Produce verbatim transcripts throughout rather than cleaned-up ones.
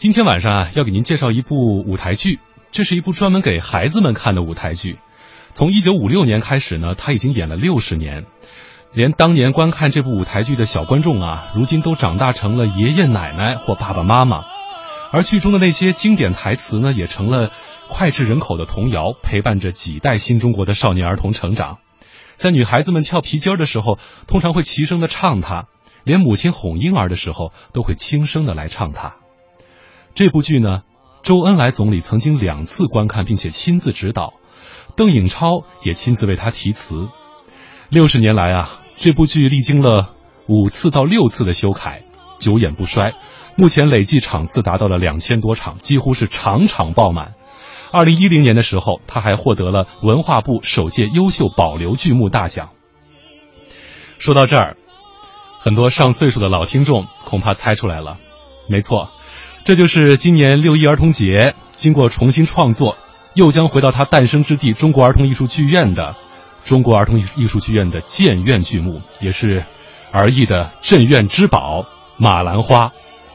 今天晚上啊，要给您介绍一部舞台剧，这是一部专门给孩子们看的舞台剧。从一九五六年开始呢，他已经演了六十年，连当年观看这部舞台剧的小观众啊，如今都长大成了爷爷奶奶或爸爸妈妈。而剧中的那些经典台词呢，也成了脍炙人口的童谣，陪伴着几代新中国的少年儿童成长。在女孩子们跳皮筋儿的时候，通常会齐声的唱它，连母亲哄婴儿的时候都会轻声的来唱它。这部剧呢，周恩来总理曾经两次观看并且亲自指导，邓颖超也亲自为他题词。六十年来啊，这部剧历经了五次到六次的修改，久演不衰，目前累计场次达到了两千多场，几乎是场场爆满。二零一零年的时候，他还获得了文化部首届优秀保留剧目大奖。说到这儿，很多上岁数的老听众恐怕猜出来了，没错，这就是今年六一儿童节经过重新创作，又将回到它诞生之地中国儿童艺术剧院的中国儿童艺术剧院的建院剧目，也是儿艺的镇院之宝《马兰花》。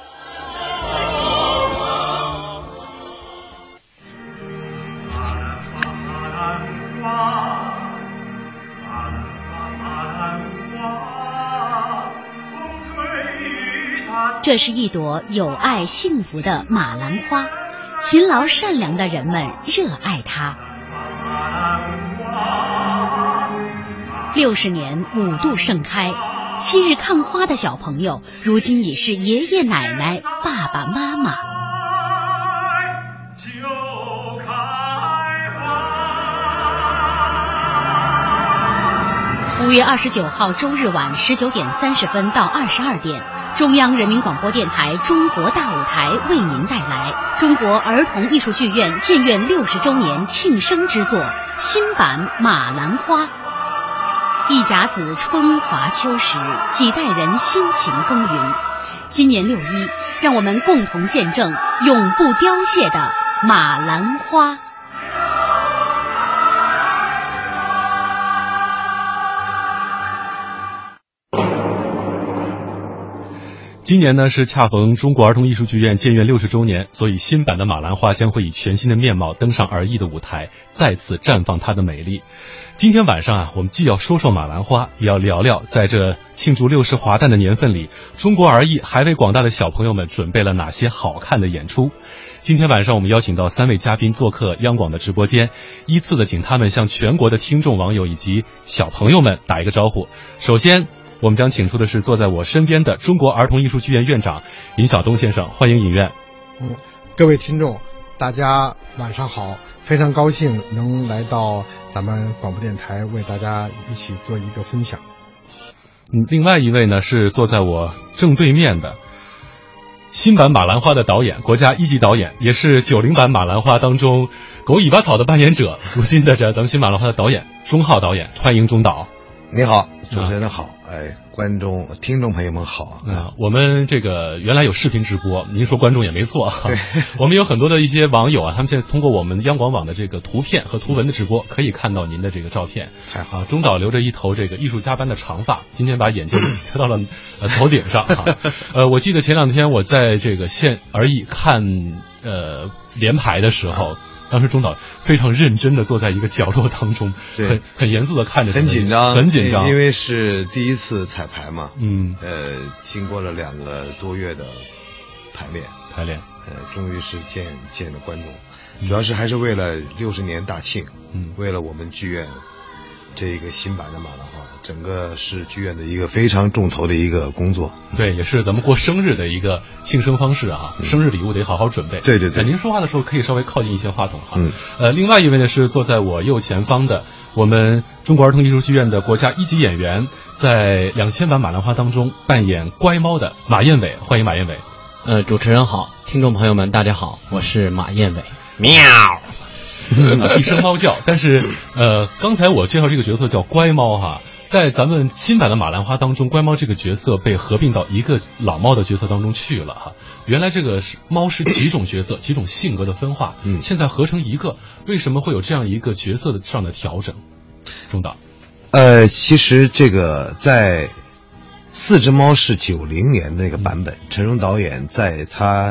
这是一朵有爱幸福的马兰花，勤劳善良的人们热爱它。六十年五度盛开，昔日看花的小朋友，如今已是爷爷奶奶、爸爸妈妈。五月二十九号周日晚十九点三十分到二十二点，中央人民广播电台中国大舞台为您带来中国儿童艺术剧院建院六十周年庆生之作新版《马兰花》。一甲子春华秋实，几代人辛勤耕耘。今年六一，让我们共同见证永不凋谢的马兰花。 今年呢是恰逢中国儿童艺术剧院建院六十周年，所以新版的马兰花将会以全新的面貌登上儿艺的舞台，再次绽放它的美丽。今天晚上啊，我们既要说说马兰花，也要聊聊在这庆祝六十华诞的年份里，中国儿艺还为广大的小朋友们准备了哪些好看的演出。今天晚上我们邀请到三位嘉宾做客央广的直播间，依次的请他们向全国的听众网友以及小朋友们打一个招呼。首先我们将请出的是坐在我身边的中国儿童艺术剧院院长尹晓东先生，欢迎尹院。 嗯，各位听众，大家晚上好，非常高兴能来到咱们广播电台，为大家一起做一个分享。 嗯，另外一位呢是坐在我正对面的新版马兰花的导演，国家一级导演，也是九零版马兰花当中狗尾巴草的扮演者，如今的这咱们新马兰花的导演钟浩导演，欢迎钟导。 你好，主持人好，啊、哎，观众、听众朋友们好啊！我们这个原来有视频直播，您说观众也没错。我们有很多的一些网友啊，他们现在通过我们央广网的这个图片和图文的直播，可以看到您的这个照片。 太好， 啊！钟导留着一头这个艺术家般的长发，今天把眼镜贴到了呃头顶上啊。呃，我记得前两天我在这个县儿艺看呃联排的时候。当时钟导非常认真的坐在一个角落当中，很很严肃的看着， 很紧张， 很紧张， 因为是第一次彩排嘛， 嗯， 呃，经过了两个多月的排练， 排练， 呃，终于是见见了观众，嗯、主要是还是为了六十年大庆， 嗯， 为了我们剧院这个新版的马兰花，整个是剧院的一个非常重头的一个工作。 对，也是咱们过生日的一个庆生方式啊，嗯、生日礼物得好好准备。 对对对， 您说话的时候可以稍微靠近一些话筒哈。 嗯， 呃，另外一位呢是坐在我右前方的我们中国儿童艺术剧院的国家一级演员，在两千版马兰花当中扮演乖猫的马燕伟，欢迎马燕伟。 呃，主持人好，听众朋友们大家好，我是马燕伟。 喵。 一声猫叫，但是呃，刚才我介绍这个角色叫乖猫哈，在咱们新版的马兰花当中，乖猫这个角色被合并到一个老猫的角色当中去了哈。原来这个是猫是几种角色、几种性格的分化， 嗯， 现在合成一个，为什么会有这样一个角色的上的调整？钟导， 呃，其实这个在四只猫是九零年那个版本，陈荣导演在他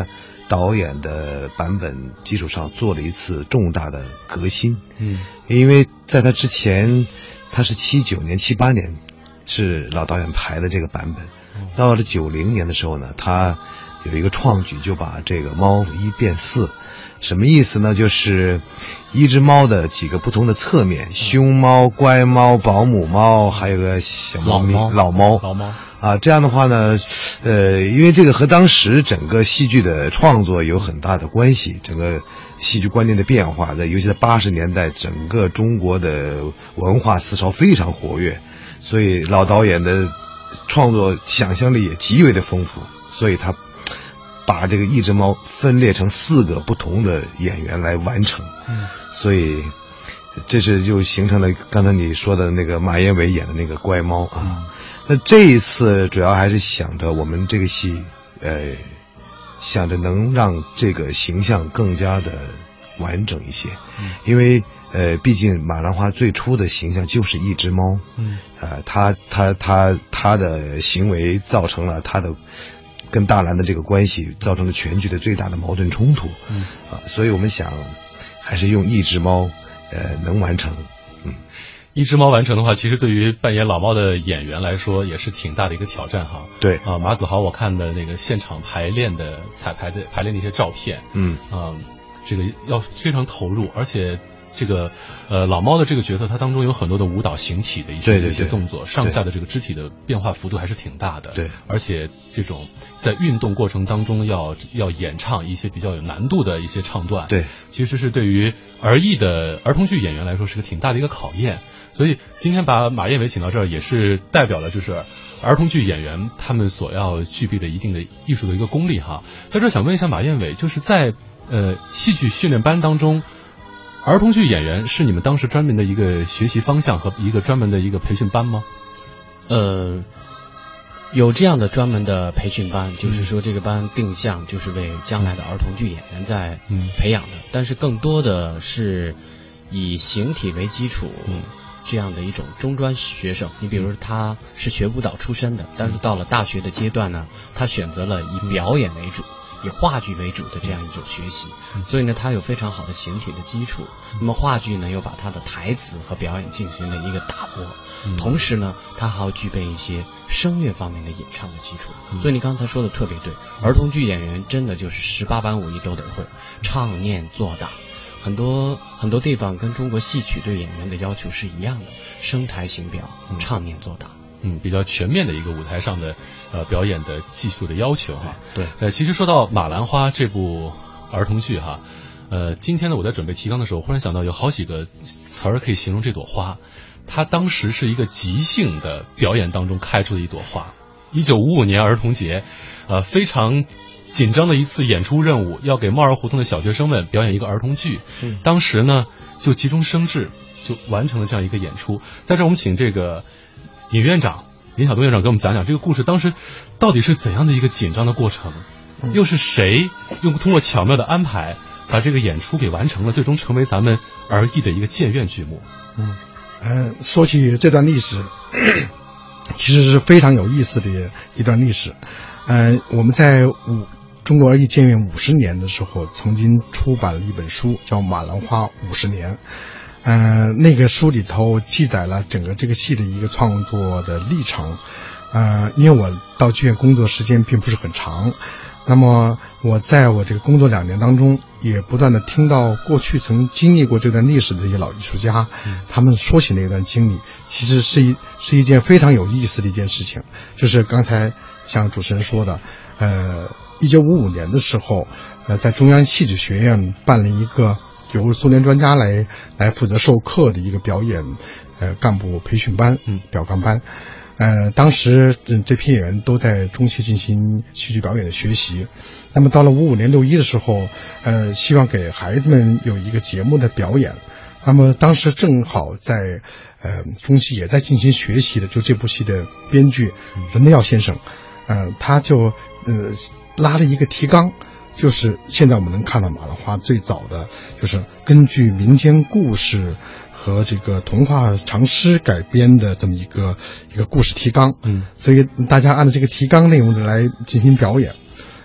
导演的版本基础上做了一次重大的革新。 嗯， 因为在他之前，他是七九年、七八年是老导演排的这个版本，到了九零年的时候呢，他有一个创举，就把这个猫一变四。什么意思呢？就是一只猫的几个不同的侧面，凶猫、乖猫、保姆猫，还有个小猫咪老猫老猫啊。这样的话呢，呃，因为这个和当时整个戏剧的创作有很大的关系，整个戏剧观念的变化，在尤其在八十年代，整个中国的文化思潮非常活跃，所以老导演的创作想象力也极为的丰富，所以他把这个一只猫分裂成四个不同的演员来完成，嗯，所以这是就形成了刚才你说的那个马彦伟演的那个乖猫啊。嗯、那这一次主要还是想着我们这个戏，呃，想着能让这个形象更加的完整一些，嗯、因为呃，毕竟马兰花最初的形象就是一只猫，嗯，呃，他他他他的行为造成了他的。跟大兰的这个关系造成了全剧的最大的矛盾冲突，嗯啊，所以我们想还是用一只猫，呃，能完成，嗯， 一只猫完成的话，其实对于扮演老猫的演员来说也是挺大的一个挑战哈。 对啊，马子豪，我看的那个现场排练的彩排的排练的一些照片， 嗯啊，这个要非常投入，而且。这个呃老猫的这个角色，它当中有很多的舞蹈形体的一些对对对一些动作，上下的这个肢体的变化幅度还是挺大的。 对， 而且这种在运动过程当中要要演唱一些比较有难度的一些唱段， 对， 其实是对于儿艺的儿童剧演员来说是个挺大的一个考验。所以今天把马彦伟请到这儿，也是代表了就是儿童剧演员他们所要具备的一定的艺术的一个功力哈。在这儿想问一下马彦伟，就是在呃戏剧训练班当中。儿童剧演员是你们当时专门的一个学习方向和一个专门的一个培训班吗？ 呃，有这样的专门的培训班，就是说这个班定向就是为将来的儿童剧演员在培养的，嗯、但是更多的是以形体为基础。嗯这样的一种中专学生，你比如说他是学舞蹈出身的，但是到了大学的阶段呢，他选择了以表演为主。以话剧为主的这样一种学习，所以呢，它有非常好的形体的基础。那么话剧呢，又把它的台词和表演进行了一个打磨，同时呢，它还要具备一些声乐方面的演唱的基础。所以你刚才说的特别对，儿童剧演员真的就是十八般武艺都得会，唱念做打。很多很多地方跟中国戏曲对演员的要求是一样的，声台形表，唱念做打。 嗯，比较全面的一个舞台上的呃表演的技术的要求哈。 对， 呃，其实说到《马兰花》这部儿童剧哈，呃，今天呢我在准备提纲的时候，忽然想到有好几个词儿可以形容这朵花，它当时是一个即兴的表演当中开出的一朵花。一九五五年儿童节，呃，非常紧张的一次演出任务，要给帽儿胡同的小学生们表演一个儿童剧。嗯，当时呢就急中生智，就完成了这样一个演出。在这我们请这个。尹院长林晓东院长给我们讲讲这个故事当时到底是怎样的一个紧张的过程，嗯、又是谁用通过巧妙的安排把这个演出给完成了，最终成为咱们儿艺的一个建院剧目。 嗯，呃，说起这段历史，其实是非常有意思的一段历史。呃，我们在五中国儿艺建院五十年的时候，曾经出版了一本书，叫《马兰花五十年》。呃，那个书里头记载了整个这个戏的一个创作的历程。呃，因为我到剧院工作时间并不是很长，那么我在我这个工作两年当中，也不断的听到过去曾经历过这段历史的一些老艺术家，嗯、他们说起那段经历，其实是一是一件非常有意思的一件事情。就是刚才像主持人说的，呃，一九五五年的时候，呃，在中央戏剧学院办了一个。由苏联专家来来负责授课的一个表演，呃，干部培训班，嗯，表干班，呃，当时这这批演员都在中戏进行戏剧表演的学习。那么到了五五年六一的时候，呃，希望给孩子们有一个节目的表演。那么当时正好在呃中戏也在进行学习的，就这部戏的编剧任德耀先生，呃，他就呃拉了一个提纲。就是现在我们能看到马兰花最早的就是根据民间故事和这个童话长诗改编的这么一个一个故事提纲，嗯，所以大家按照这个提纲内容来进行表演。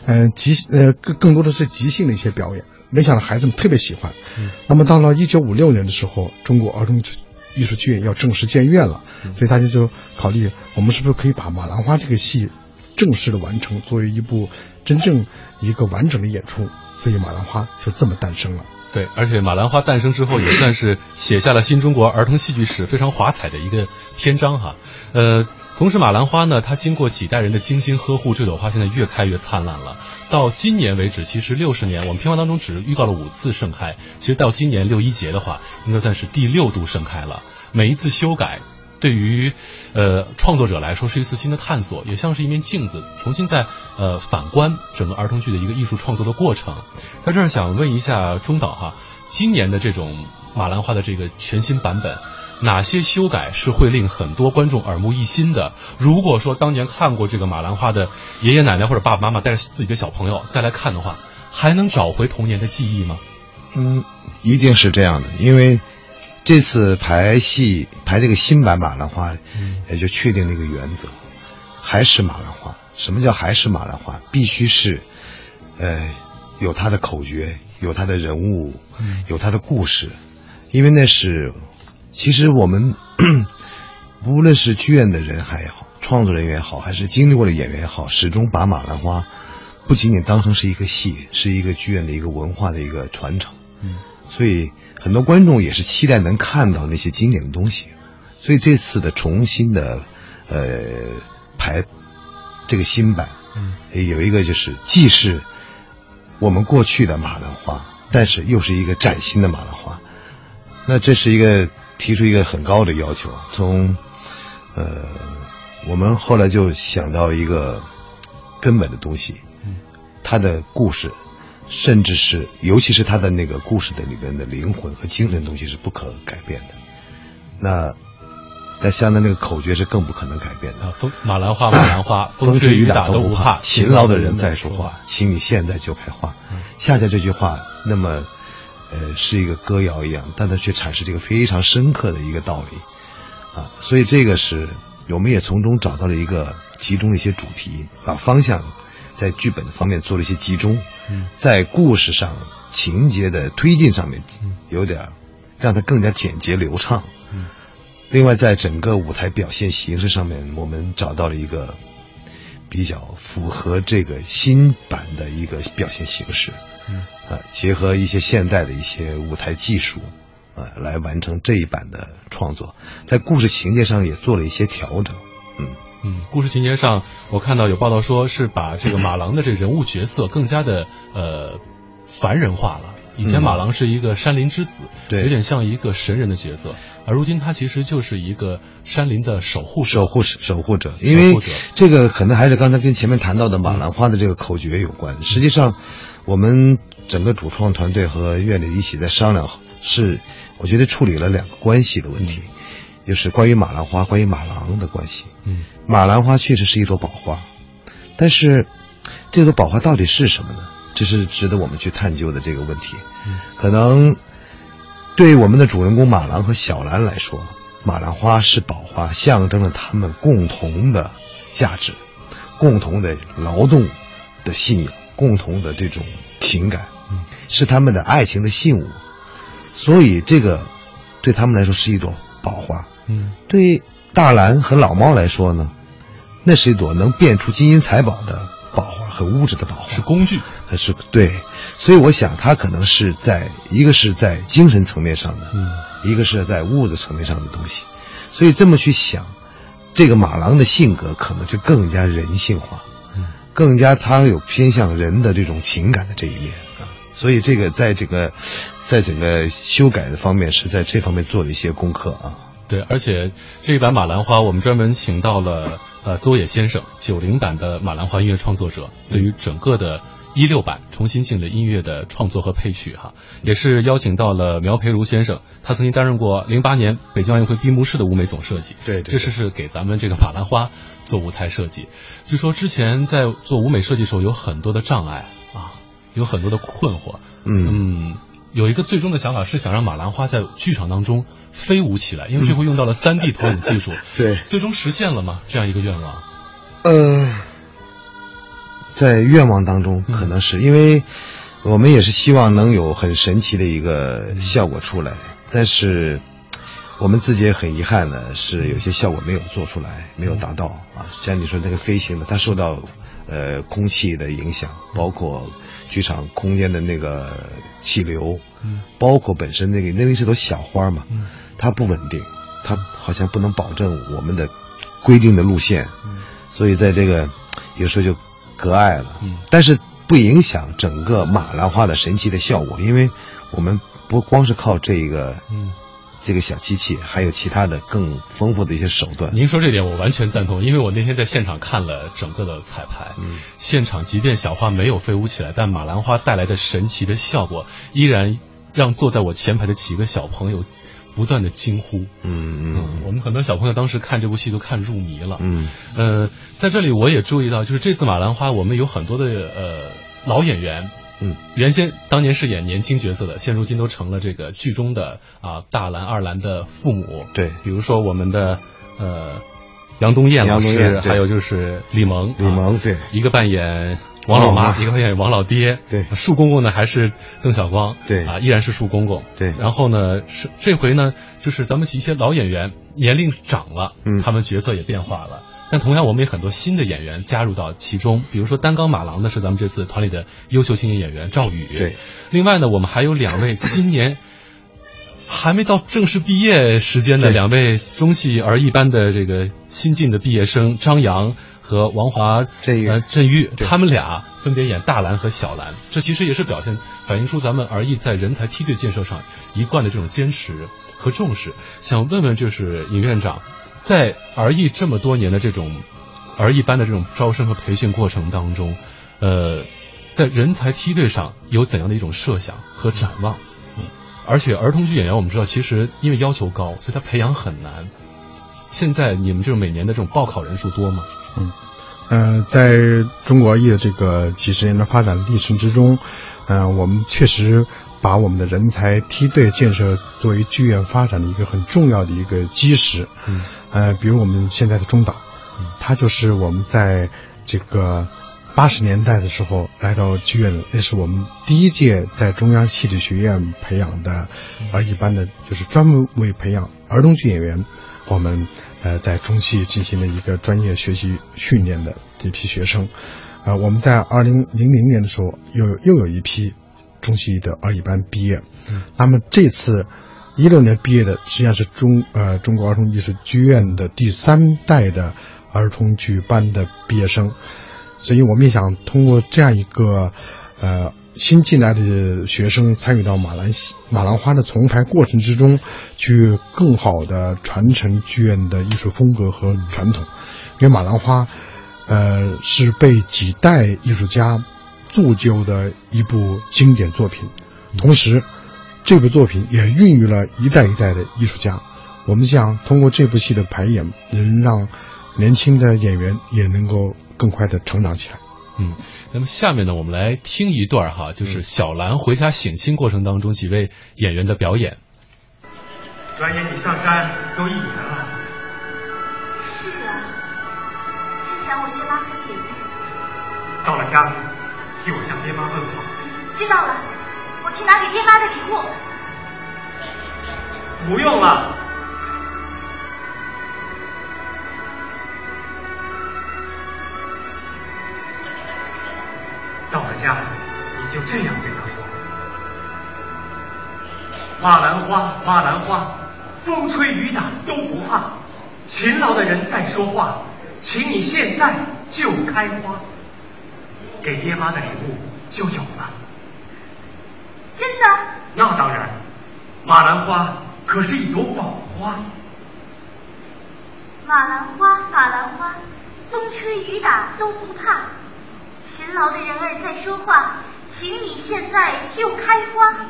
嗯、呃，即呃更更多的是即兴的一些表演，没想到孩子们特别喜欢。嗯，那么到了一九五六年的时候，中国儿童艺术剧院要正式建院了，嗯、所以大家就考虑，我们是不是可以把马兰花这个戏正式的完成，作为一部真正一个完整的演出，所以马兰花就这么诞生了。 对，而且马兰花诞生之后，也算是写下了新中国儿童戏剧史非常华彩的一个篇章哈。呃，同时马兰花呢，它经过几代人的精心呵护，这朵花现在越开越灿烂了。到今年为止，其实六十年，我们片花当中只预告了五次盛开，其实到今年六一节的话，应该算是第六度盛开了。每一次修改，对于呃创作者来说是一次新的探索，也像是一面镜子，重新在呃反观整个儿童剧的一个艺术创作的过程。在这儿想问一下钟导哈，今年的这种马兰花的这个全新版本，哪些修改是会令很多观众耳目一新的？如果说当年看过这个马兰花的爷爷奶奶或者爸爸妈妈带着自己的小朋友再来看的话，还能找回童年的记忆吗？ 嗯，一定是这样的，因为这次排戏排这个新版马兰花，也就确定了一个原则，还是马兰花。什么叫还是马兰花？必须是，呃，有它的口诀，有它的人物，有它的故事，因为那是，其实我们无论是剧院的人还好，创作人员也好，还是经历过的演员也好，始终把马兰花不仅仅当成是一个戏，是一个剧院的一个文化的一个传承。嗯，所以很多观众也是期待能看到那些经典的东西，所以这次的重新的呃排这个新版，嗯，有一个就是既是我们过去的马兰花，但是又是一个崭新的马兰花。那这是一个提出一个很高的要求，从呃我们后来就想到一个根本的东西，嗯，它的故事。甚至是尤其是他的那个故事的里边的灵魂和精神东西是不可改变的，那在像的那个口诀是更不可能改变的。 风马兰花马兰花，风吹雨打都不怕， 勤劳的人在说话，请你现在就开花。嗯、恰恰这句话那么呃是一个歌谣一样，但它却阐释这个非常深刻的一个道理啊，所以这个是我们也从中找到了一个其中的一些主题，把方向在剧本的方面做了一些集中，嗯，在故事上情节的推进上面有点让它更加简洁流畅，嗯，另外在整个舞台表现形式上面，我们找到了一个比较符合这个新版的一个表现形式，嗯，啊，结合一些现代的一些舞台技术，啊，来完成这一版的创作，在故事情节上也做了一些调整，嗯。 嗯，故事情节上，我看到有报道说是把这个马郎的这人物角色更加的呃凡人化了。以前马郎是一个山林之子，对、嗯，有点像一个神人的角色，而如今他其实就是一个山林的守护者， 守护守护者。因为这个可能还是刚才跟前面谈到的马兰花的这个口诀有关。嗯、实际上，我们整个主创团队和院里一起在商量，是我觉得处理了两个关系的问题。嗯，就是关于马兰花，关于马郎的关系。嗯，马兰花确实是一朵宝花，但是这朵宝花到底是什么呢？这是值得我们去探究的这个问题。嗯，可能对于我们的主人公马郎和小兰来说，马兰花是宝花，象征了他们共同的价值，共同的劳动的信仰，共同的这种情感，嗯，是他们的爱情的信物。所以这个对他们来说是一朵宝花。嗯，对大兰和老猫来说呢，那是一朵能变出金银财宝的宝花，很物质的宝花， 是工具， 还是对？所以我想，它可能是在一个是在精神层面上的，嗯，一个是在物质层面上的东西。所以这么去想，这个马郎的性格可能就更加人性化，嗯，更加他有偏向人的这种情感的这一面啊。所以这个在这个在整个修改的方面是在这方面做了一些功课啊。 对，而且这一版马兰花我们专门请到了呃邹野先生，九零版的马兰花音乐创作者，对于整个的一六版重新进的音乐的创作和配曲哈，也是邀请到了苗培如先生，他曾经担任过零八年北京奥运会闭幕式的舞美总设计， 对，对， 这是是给咱们这个马兰花做舞台设计。据说之前在做舞美设计的时候有很多的障碍啊，有很多的困惑，嗯嗯。有一个最终的想法是想让马兰花在剧场当中飞舞起来，因为这会用到了 三 D 投影技术。 对， 最终实现了吗？这样一个愿望？ 呃， 在愿望当中，可能是、嗯、因为我们也是希望能有很神奇的一个效果出来，但是我们自己也很遗憾的是，有些效果没有做出来，没有达到啊。像你说那个飞行的，它受到呃空气的影响，包括剧场空间的那个气流，嗯，包括本身那个那个是朵小花嘛，嗯，它不稳定，它好像不能保证我们的规定的路线，嗯，所以在这个有时候就隔碍了，嗯，但是不影响整个马兰花的神奇的效果，因为我们不光是靠这个，嗯。这个小机器还有其他的更丰富的一些手段。 您说这点我完全赞同，因为我那天在现场看了整个的彩排，嗯，现场即便小花没有飞舞起来，但马兰花带来的神奇的效果依然让坐在我前排的几个小朋友不断的惊呼。嗯嗯，嗯我们很多小朋友当时看这部戏都看入迷了。嗯，呃，在这里我也注意到，就是这次马兰花我们有很多的呃老演员。嗯，原先当年是演年轻角色的，现如今都成了这个剧中的啊大兰二兰的父母。对，比如说我们的呃杨东艳老师，还有就是李萌， 李萌、啊、对， 一个扮演王老妈，一个扮演王老爹。 对， 树公公呢还是邓小光。 对啊，依然是树公公。 对， 然后呢是这回呢，就是咱们一些老演员年龄长了，嗯，他们角色也变化了。但同样我们也很多新的演员加入到其中，比如说担纲马郎的是咱们这次团里的优秀青年演员赵宇。 对， 另外呢我们还有两位今年还没到正式毕业时间的两位中戏儿艺班的这个新进的毕业生张扬和王华振玉， 呃振玉，他们俩分别演大兰和小兰，这其实也是表现反映出咱们儿艺在人才梯队建设上一贯的这种坚持和重视。想问问就是尹院长，在儿艺这么多年的这种儿艺班的这种招生和培训过程当中，呃，在人才梯队上有怎样的一种设想和展望？嗯，而且儿童剧演员我们知道，其实因为要求高，所以他培养很难。现在你们这种每年的这种报考人数多吗？ 嗯，呃，在中国儿艺的这个几十年的发展历程之中，呃，我们确实把我们的人才梯队建设作为剧院发展的一个很重要的一个基石。嗯，呃，比如我们现在的中导，嗯，他就是我们在这个八十年代的时候来到剧院的，那是我们第一届在中央戏剧学院培养的儿艺班的，就是专门为培养儿童剧演员，我们呃在中戏进行了一个专业学习训练的这批学生。呃，我们在二零零零年的时候又又有一批中戏的儿艺班毕业。嗯，那么这次一六年毕业的实际上是中呃中国儿童艺术剧院的第三代的儿童剧班的毕业生，所以我们也想通过这样一个呃新进来的学生参与到马兰马兰花的重排过程之中，去更好的传承剧院的艺术风格和传统。因为马兰花呃是被几代艺术家铸就的一部经典作品，同时这部作品也孕育了一代一代的艺术家。我们想通过这部戏的排演，能让年轻的演员也能够更快的成长起来。 嗯，那么下面呢，我们来听一段哈，就是小兰回家省亲过程当中几位演员的表演。 转眼你上山都一年了。 是啊，真想我爹妈和姐姐。 到了家里，替我向爹妈问好。 知道了，我去拿给爹妈的礼物。 不用了。到了家，你就这样对他说：马兰花，马兰花，风吹雨打都不怕，勤劳的人在说话，请你现在就开花，给爹妈的礼物就有了。 真的？ 那当然，马兰花可是一朵宝花。 马兰花，马兰花，风吹雨打都不怕，勤劳的人儿在说话，请你现在就开花。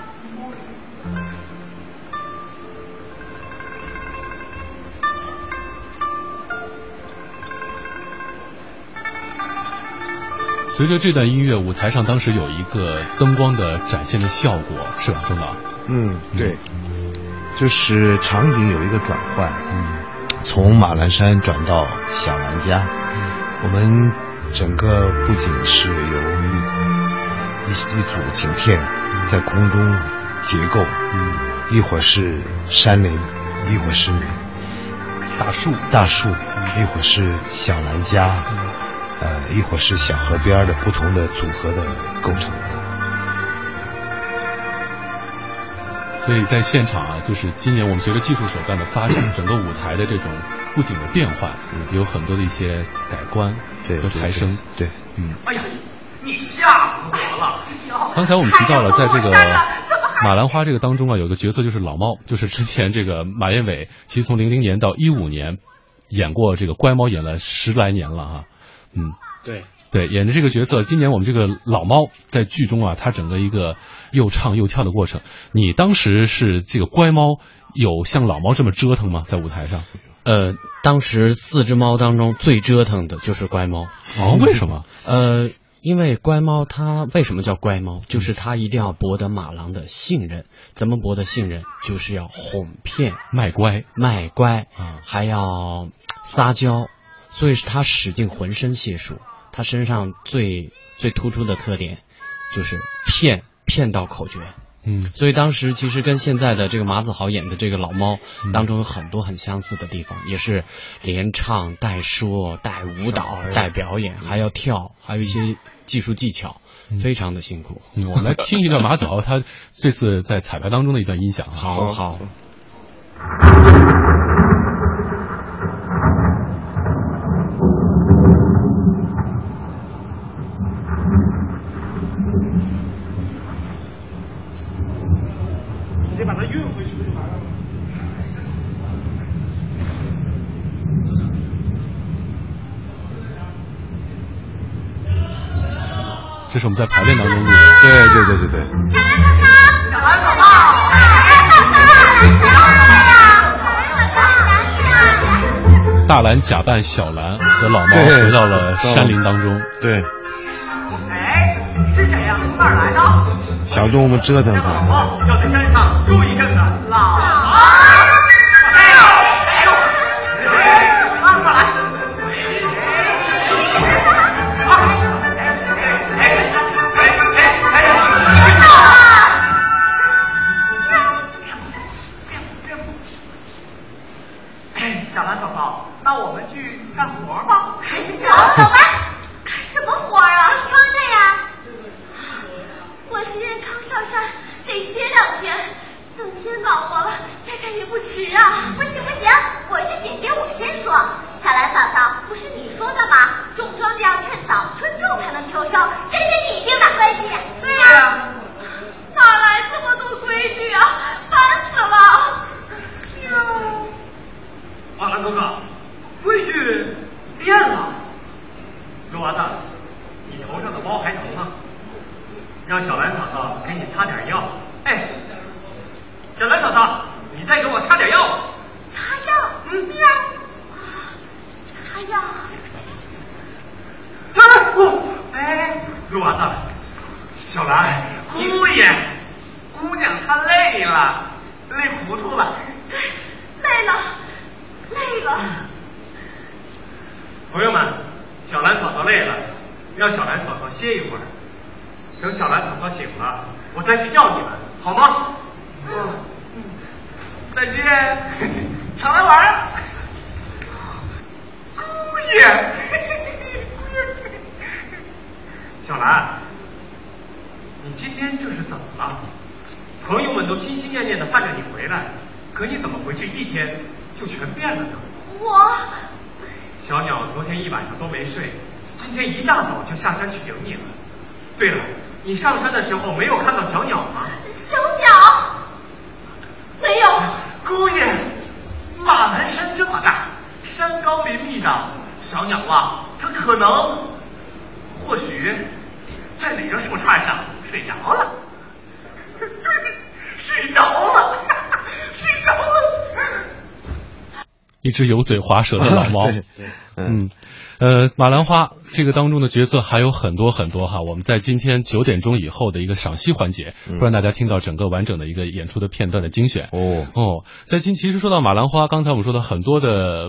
随着这段音乐，舞台上当时有一个灯光的展现的效果，是吧，钟导？ 嗯，对，就是场景有一个转换，嗯，从马兰山转到小兰家，嗯，我们整个不仅是由一一一组景片在空中结构，嗯，一会儿是山林，一会儿是大树， 大树，一会儿是小兰家，呃，一会儿是小河边的不同的组合的构成。 所以在现场啊，就是今年我们随着技术手段的发展，整个舞台的这种布景的变换，嗯，有很多的一些改观和抬升。 对， 嗯。 哎呀，你吓死我了！ 刚才我们提到了，在这个马兰花这个当中啊，有个角色就是老猫，就是之前这个马彦伟，其实从零零年到一五年演过这个乖猫，演了十来年了哈。嗯， 对。 对，演的这个角色，今年我们这个老猫在剧中啊，它整个一个又唱又跳的过程。你当时是这个乖猫，有像老猫这么折腾吗？在舞台上？ 呃，当时四只猫当中最折腾的就是乖猫。 哦，为什么？ 呃，因为乖猫它为什么叫乖猫？就是它一定要博得马郎的信任。怎么博得信任？就是要哄骗、 卖乖、 卖乖，啊，还要撒娇，所以是它使尽浑身解数。他身上最最突出的特点就是骗骗到口诀， 嗯， 所以当时其实跟现在的这个马子豪演的这个老猫当中有很多很相似的地方，嗯，也是连唱带说带舞蹈带表演，还要跳，还有一些技术技巧，嗯，非常的辛苦。 嗯，我们来听一段马子豪他这次在彩排当中的一段音响。 好好。 把它运回去不就完了吗？ 这是我们在排练当中录的。 对对对对对。 小兰嫂嫂， 小兰嫂嫂， 大兰假扮小兰和老猫回到了山林当中。 对。 哎，你是谁呀？从哪儿来的？ 小动物们折腾他。 老猫要在山上住一阵子。老猫，哎呦哎呦，哎，拉过来。小兰嫂嫂，那我们去干活吧。 走，走吧。干什么活啊？庄稼呀。我先刚上山，得歇两天，等天暖和了再干也不迟啊。不行不行，我是姐姐，我先说。小兰嫂嫂，不是你说的吗？种庄稼要趁早，春种才能秋收，这是你定的规矩。对呀，啊。哪来这么多规矩啊？烦死了。哟。 阿兰哥哥，规矩变了。肉娃子，你头上的包还疼吗？让小兰嫂嫂给你擦点药。哎，小兰嫂嫂，你再给我擦点药。 擦药？嗯，药。擦药。 哎，我，哎，肉娃子，小兰，姑爷，姑娘她累了，累糊涂了。 对，累了。累了， 朋友们，小兰嫂嫂累了，让小兰嫂嫂歇一会儿。等小兰嫂嫂醒了，我再去叫你们，好吗？嗯嗯，再见，常来玩。姑爷，小兰，你今天这是怎么了？朋友们都心心念念的盼着你回来，可你怎么回去一天就全变了呢？ 我小鸟昨天一晚上都没睡，今天一大早就下山去迎你了。对了，你上山的时候没有看到小鸟吗？ 小鸟没有。 姑爷，马栏山这么大，山高林密的，小鸟啊，它可能，或许在哪个树杈上睡着了。睡着了，睡着了。 一只油嘴滑舌的老猫。嗯，呃，马兰花这个当中的角色还有很多很多哈，我们在今天九点钟以后的一个赏析环节，会让大家听到整个完整的一个演出的片段的精选。 哦哦，在今其实说到马兰花，刚才我们说的很多的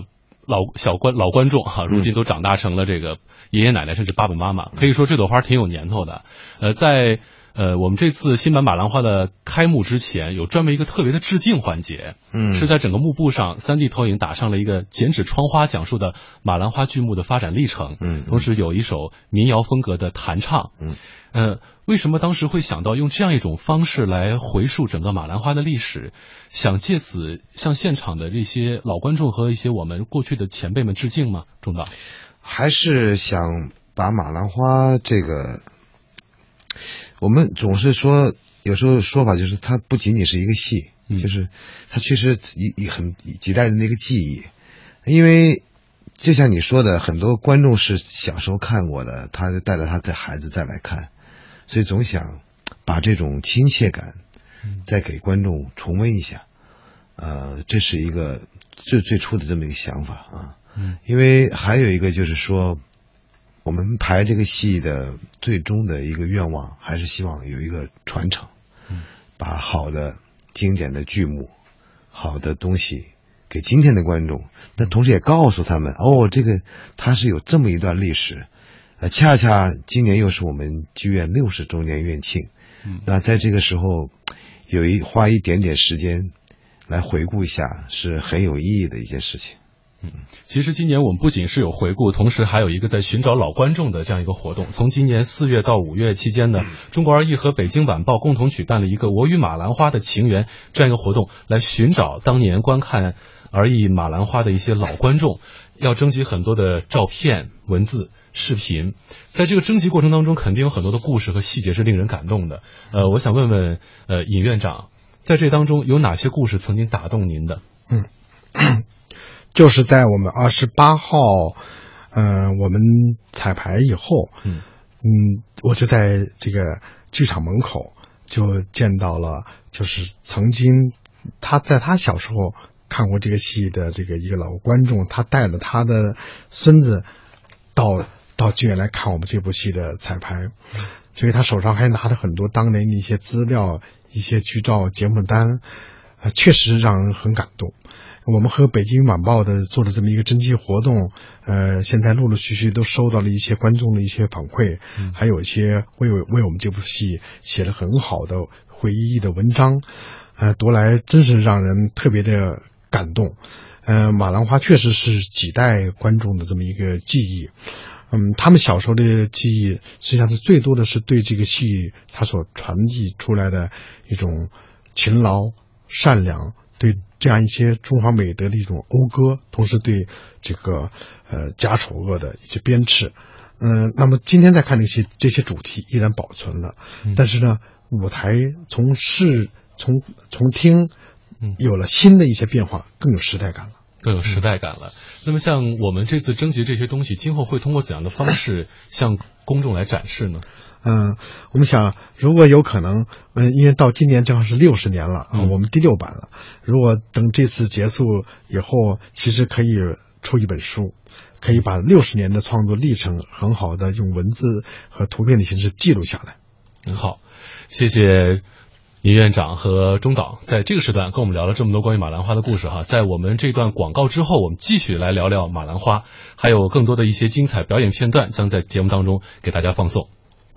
老小观老观众哈，如今都长大成了这个爷爷奶奶甚至爸爸妈妈，可以说这朵花挺有年头的。呃，在呃我们这次新版马兰花的开幕之前，有专门一个特别的致敬环节， 嗯， 是在整个幕布上 三 D 投影打上了一个剪纸窗花，讲述的马兰花剧目的发展历程， 嗯， 同时有一首民谣风格的弹唱， 嗯。 呃，为什么当时会想到用这样一种方式来回溯整个马兰花的历史？想借此向现场的这些老观众和一些我们过去的前辈们致敬吗？钟导， 还是想把马兰花这个，我们总是说，有时候说法就是它不仅仅是一个戏， 嗯、 就是它确实一一很几代人的一个记忆，因为。就像你说的，很多观众是小时候看过的，他就带着他的孩子再来看，所以总想把这种亲切感再给观众重温一下。呃，这是一个最最初的这么一个想法啊。 嗯， 因为还有一个就是说，我们排这个戏的最终的一个愿望，还是希望有一个传承， 嗯，把好的经典的剧目、好的东西。给今天的观众，但同时也告诉他们，哦，这个它是有这么一段历史，呃，恰恰今年又是我们剧院六十周年院庆， 嗯， 那在这个时候，有一花一点点时间来回顾一下，是很有意义的一件事情。 嗯，其实今年我们不仅是有回顾，同时还有一个在寻找老观众的这样一个活动。从今年四月到五月期间呢，中国儿艺和北京晚报共同举办了一个我与马兰花的情缘这样一个活动，来寻找当年观看儿艺马兰花的一些老观众，要征集很多的照片、文字、视频。在这个征集过程当中，肯定有很多的故事和细节是令人感动的。呃，我想问问呃尹院长，在这当中有哪些故事曾经打动您的？ 嗯。就是在我们二十八号，呃，我们彩排以后， 嗯嗯，我就在这个剧场门口就见到了，就是曾经他在他小时候看过这个戏的这个一个老观众，他带了他的孙子到到剧院来看我们这部戏的彩排，所以他手上还拿着很多当年的一些资料、一些剧照、节目单，呃，确实让人很感动。我们和北京晚报的做了这么一个征集活动，呃，现在陆陆续续都收到了一些观众的一些反馈， 嗯、 还有一些为为我们这部戏写了很好的回忆的文章，呃，读来真是让人特别的感动。呃，马兰花确实是几代观众的这么一个记忆，嗯，他们小时候的记忆实际上是最多的是对这个戏它所传递出来的一种勤劳、善良。对这样一些中华美德的一种讴歌，同时对这个呃假丑恶的一些鞭笞，嗯、呃，那么今天再看这些这些主题依然保存了， 嗯、 但是呢，舞台从视从从听，有了新的一些变化，更有时代感了。 更有时代感了。嗯、那么像我们这次征集这些东西，今后会通过怎样的方式向公众来展示呢？ 嗯，我们想，如果有可能，嗯，因为到今年正好是六十年了， 嗯、 我们第六版了。如果等这次结束以后，其实可以出一本书，可以把六十年的创作历程很好的用文字和图片的形式记录下来。 很好，谢谢尹院长和钟导在这个时段跟我们聊了这么多关于马兰花的故事哈。在我们这段广告之后，我们继续来聊聊马兰花，还有更多的一些精彩表演片段将在节目当中给大家放送。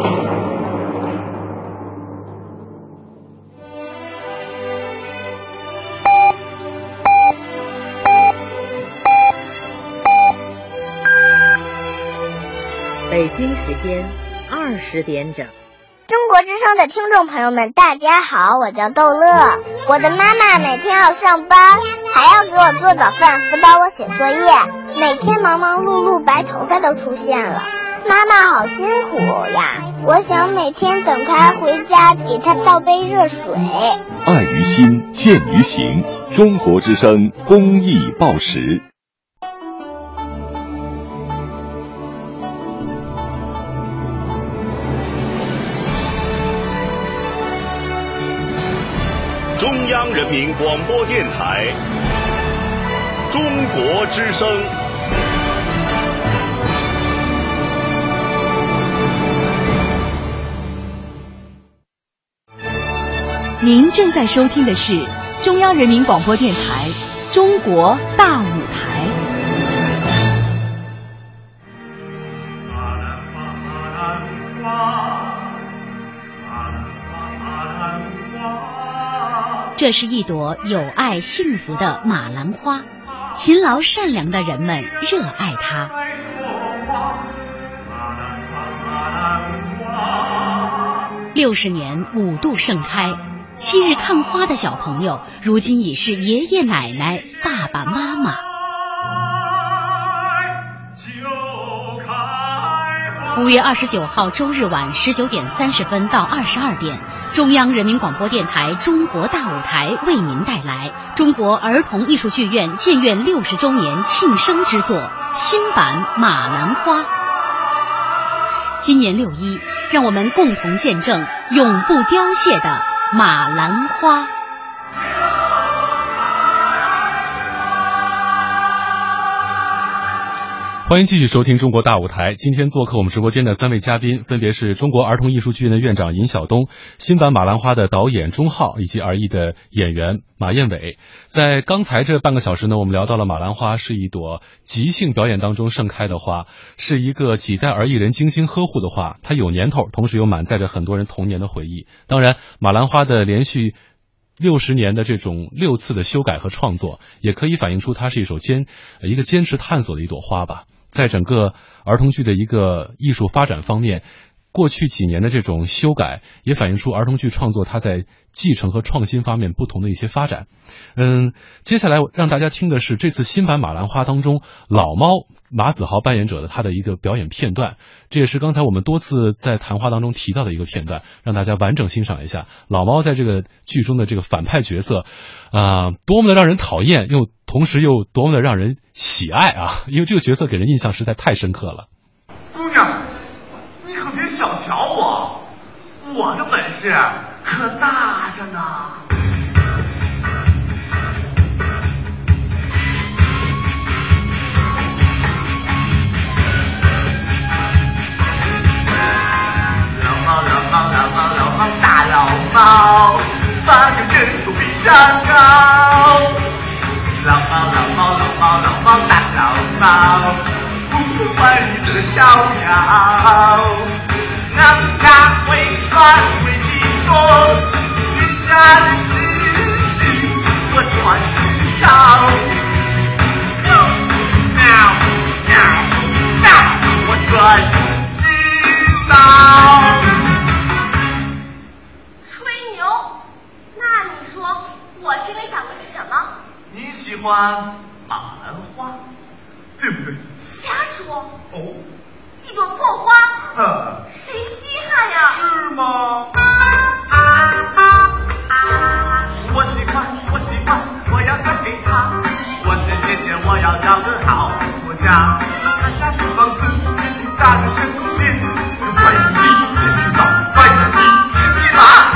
北京时间二十点整。 中国之声的听众朋友们，大家好，我叫逗乐。我的妈妈每天要上班，还要给我做早饭，辅导我写作业，每天忙忙碌碌，白头发都出现了。妈妈好辛苦呀！我想每天等她回家，给她倒杯热水。 爱于心，见于行。中国之声公益报时。 中央人民广播电台，中国之声。 您正在收听的是中央人民广播电台《中国大舞台》。 这是一朵有爱幸福的马兰花，勤劳善良的人们热爱它。六十年五度盛开，昔日看花的小朋友，如今已是爷爷奶奶、爸爸妈妈。五月二十九号周日晚十九点三十分到二十二点，中央人民广播电台中国大舞台为您带来中国儿童艺术剧院建院六十周年庆生之作新版《马兰花》。今年六一，让我们共同见证永不凋谢的马兰花。 欢迎继续收听中国大舞台。今天做客我们直播间的三位嘉宾，分别是中国儿童艺术剧院的院长尹晓东、新版马兰花的导演钟浩以及儿艺的演员马彦伟。在刚才这半个小时呢，我们聊到了马兰花是一朵即兴表演当中盛开的花，是一个几代儿艺人精心呵护的花，它有年头，同时又满载着很多人童年的回忆。当然，马兰花的连续六十年的这种六次的修改和创作，也可以反映出它是一首坚一个坚持探索的一朵花吧。在整个儿童剧的一个艺术发展方面，过去几年的这种修改也反映出儿童剧创作它在继承和创新方面不同的一些发展。嗯，接下来让大家听的是这次新版马兰花当中老猫马子豪扮演者的他的一个表演片段，这也是刚才我们多次在谈话当中提到的一个片段，让大家完整欣赏一下老猫在这个剧中的这个反派角色啊、呃，多么的让人讨厌，又同时又多么的让人喜爱啊！因为这个角色给人印象实在太深刻了。 姑娘，你可别小瞧我，我的本事可大着呢。老猫老猫老猫老猫大老猫，八个人都比山高。老猫老猫老猫老猫大老猫，不管你的逍遥。南下为川为地多，雨下的事情我全知道。喵喵喵，我全知道。 我心里想的是什么？ 你喜欢马兰花，对不对？ 瞎说！ 哦， 一朵破花， 呵， 谁稀罕呀？ 是吗？我喜欢，我喜欢，我要嫁给他。我是姐姐，我要找个好国家。看下房子，大个深宫殿，欢迎你进去吧，欢迎你进去吧。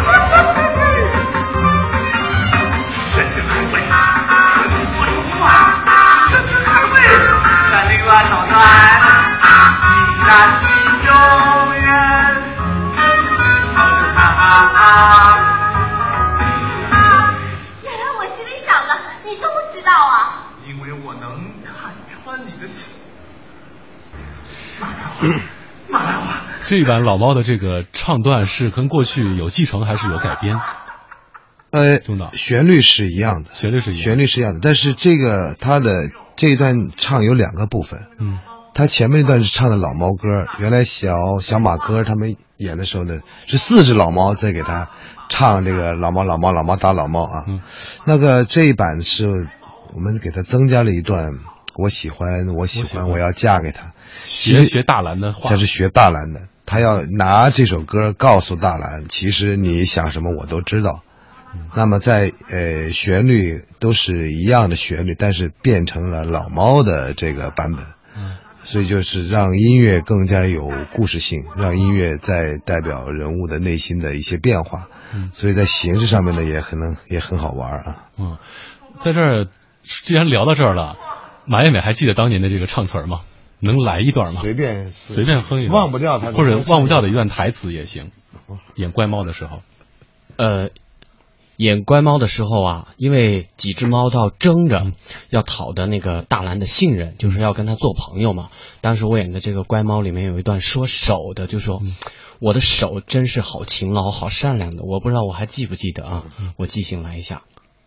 乱捣乱，依然是永远抱着他。 原来我心里想的你都知道啊！ 因为我能看穿你的心。马兰花，马兰花。 这一版老猫的这个唱段是跟过去有继承还是有改编？ 呃，旋律是一样的， 旋律是一样的， 旋律是一样的，但是这个它的这一段唱有两个部分， 嗯， 他前面一段是唱的老猫歌，原来小小马哥他们演的时候呢，是四只老猫在给他唱这个老猫老猫老猫打老猫啊， 嗯， 那个这一版是我们给他增加了一段我喜欢我喜欢我要嫁给他， 学学大兰的话， 他是学大兰的，他要拿这首歌告诉大兰，其实你想什么我都知道。那么在呃旋律都是一样的旋律，但是变成了老猫的这个版本， 嗯， 所以就是让音乐更加有故事性，让音乐在代表人物的内心的一些变化， 嗯， 所以在形式上面呢也可能也很好玩啊。 嗯，在这儿既然聊到这儿了，马彦伟还记得当年的这个唱词吗？能来一段吗？ 随便随便哼一段， 忘不掉他， 或者忘不掉的一段台词也行。演怪猫的时候， 呃。 演乖猫的时候啊，因为几只猫都要争着要讨得那个大蓝的信任，就是要跟他做朋友嘛。当时我演的这个乖猫里面有一段说手的，就说、嗯、我的手真是好勤劳好善良的，我不知道我还记不记得啊，我记性来一下。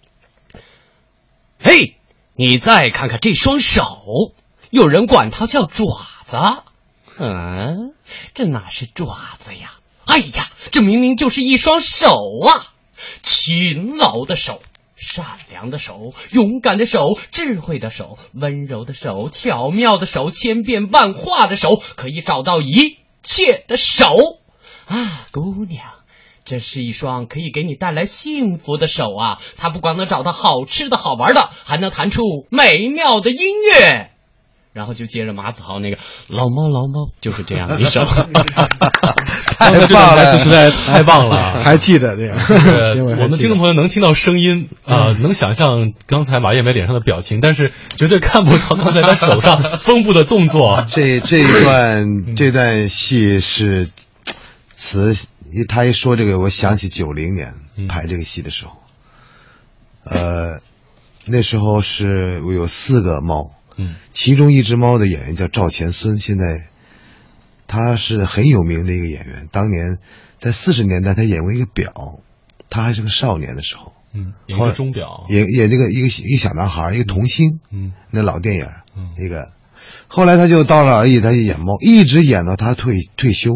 嘿，你再看看这双手，有人管它叫爪子。嗯，这哪是爪子呀？哎呀，这明明就是一双手啊！勤劳的手，善良的手，勇敢的手，智慧的手，温柔的手，巧妙的手，千变万化的手，可以找到一切的手啊，姑娘，这是一双可以给你带来幸福的手啊！它不光能找到好吃的好玩的，还能弹出美妙的音乐。然后就接着马子豪那个老猫老猫，就是这样的一首。 太棒了， 实在太棒了， 还记得这个。 我们听众朋友能听到声音啊、呃，能想象刚才马艳梅脸上的表情，但是绝对看不到刚才他手上风部的动作。 这这一段这段戏是词，他一说这个，我想起九零年排这个戏的时候，呃，那时候是我有四个猫。 嗯， 其中一只猫的演员叫赵钱孙，现在他是很有名的一个演员。当年在四十年代，他演过一个表，他还是个少年的时候， 嗯，演一个钟表， 演演这个一个一个小男孩，一个童星， 嗯， 那老电影， 嗯， 一个。后来他就到了而已，他就演猫，一直演到他退退休。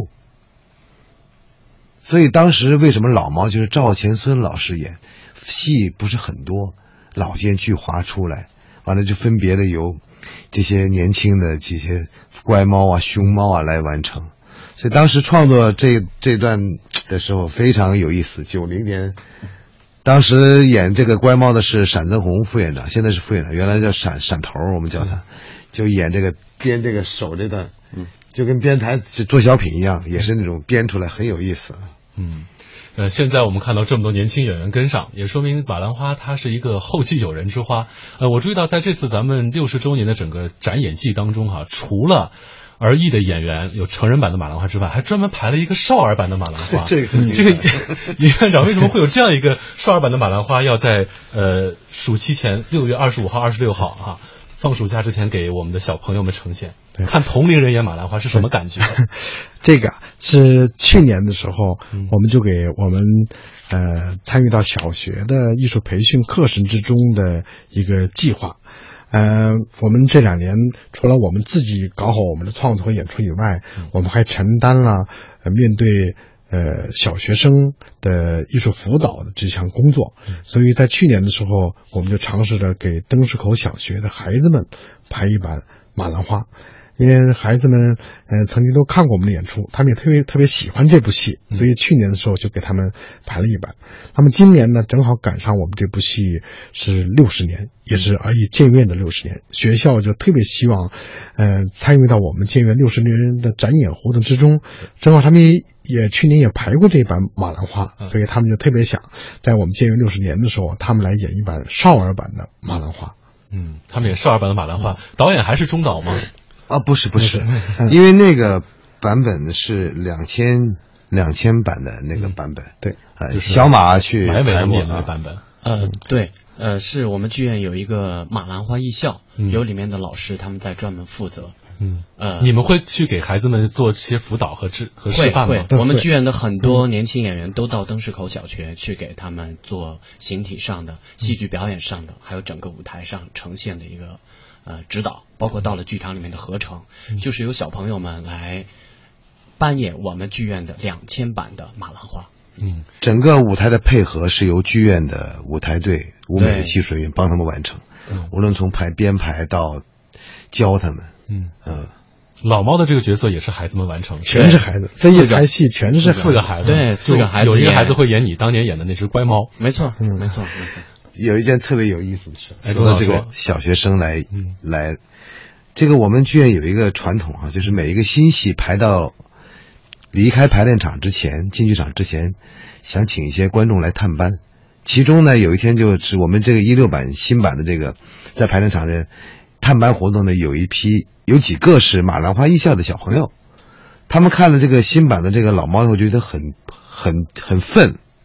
所以当时为什么老猫就是赵钱孙老师演，戏不是很多，老奸巨猾出来，完了就分别的由这些年轻的这些乖猫啊、熊猫啊来完成，所以当时创作这这段的时候非常有意思。九零年，当时演这个乖猫的是闪增红副院长，现在是副院长，原来叫闪闪头，我们叫他，就演这个编这个手这段，嗯，就跟编台做小品一样，也是那种编出来很有意思。 嗯。呃，现在我们看到这么多年轻演员跟上，也说明马兰花它是一个后继有人之花。呃，我注意到在这次咱们六十周年的整个展演季当中哈，除了儿艺的演员有成人版的马兰花之外，还专门排了一个少儿版的马兰花。 这个这个李院长为什么会有这样一个少儿版的马兰花，要在呃暑期前六月二十五号、二十六号啊？放暑假之前给我们的小朋友们呈现，看同龄人演马兰花是什么感觉？ 这个是去年的时候，嗯、我们就给我们呃参与到小学的艺术培训课程之中的一个计划。呃，我们这两年除了我们自己搞好我们的创作和演出以外，嗯、我们还承担了呃面对呃小学生的艺术辅导的这项工作，所以在去年的时候，我们就尝试着给灯市口小学的孩子们排一版马兰花。因为孩子们呃曾经都看过我们的演出，他们也特别特别喜欢这部戏，所以去年的时候就给他们排了一版。那么今年呢，正好赶上我们这部戏是六十年，也是儿艺建院的六十年，学校就特别希望呃参与到我们建院六十年的展演活动之中。正好他们也去年也排过这版马兰花，所以他们就特别想在我们建院六十年的时候，他们来演一版少儿版的马兰花。 嗯，他们演少儿版的马兰花，导演还是中岛吗？ 啊，不是不是，因为那个版本是两千两千版的那个版本， 嗯、对， 呃，小马去买美他们演的版本， 呃，对，呃，是我们剧院有一个马兰花艺校，嗯、有里面的老师他们在专门负责。 嗯，呃，你们会去给孩子们做这些辅导和示和示范吗？ 会，我们剧院的很多年轻演员都到灯市口小学去给他们做形体上的、戏剧表演上的，还有整个舞台上呈现的一个。呃，指导，包括到了剧场里面的合成，嗯、就是由小朋友们来扮演我们剧院的两千版的马兰花。 嗯，整个舞台的配合是由剧院的舞台队、舞美技术人员帮他们完成。嗯，无论从排编排到教他们。 嗯嗯、呃，老猫的这个角色也是孩子们完成， 全是孩子，这一台戏全是四个孩子， 对，四个孩子， 有一个孩子会演你当年演的那只乖猫。 没错，嗯，没错，没错。 有一件特别有意思的事， 哎、 说到这个小学生来、嗯、来，这个我们剧院有一个传统啊，就是每一个新戏排到离开排练场之前，进剧场之前，想请一些观众来探班。其中呢，有一天就是我们这个一六版新版的这个在排练场的探班活动呢，有一批有几个是马兰花艺校的小朋友，他们看了这个新版的这个老猫以后，觉得很很很愤。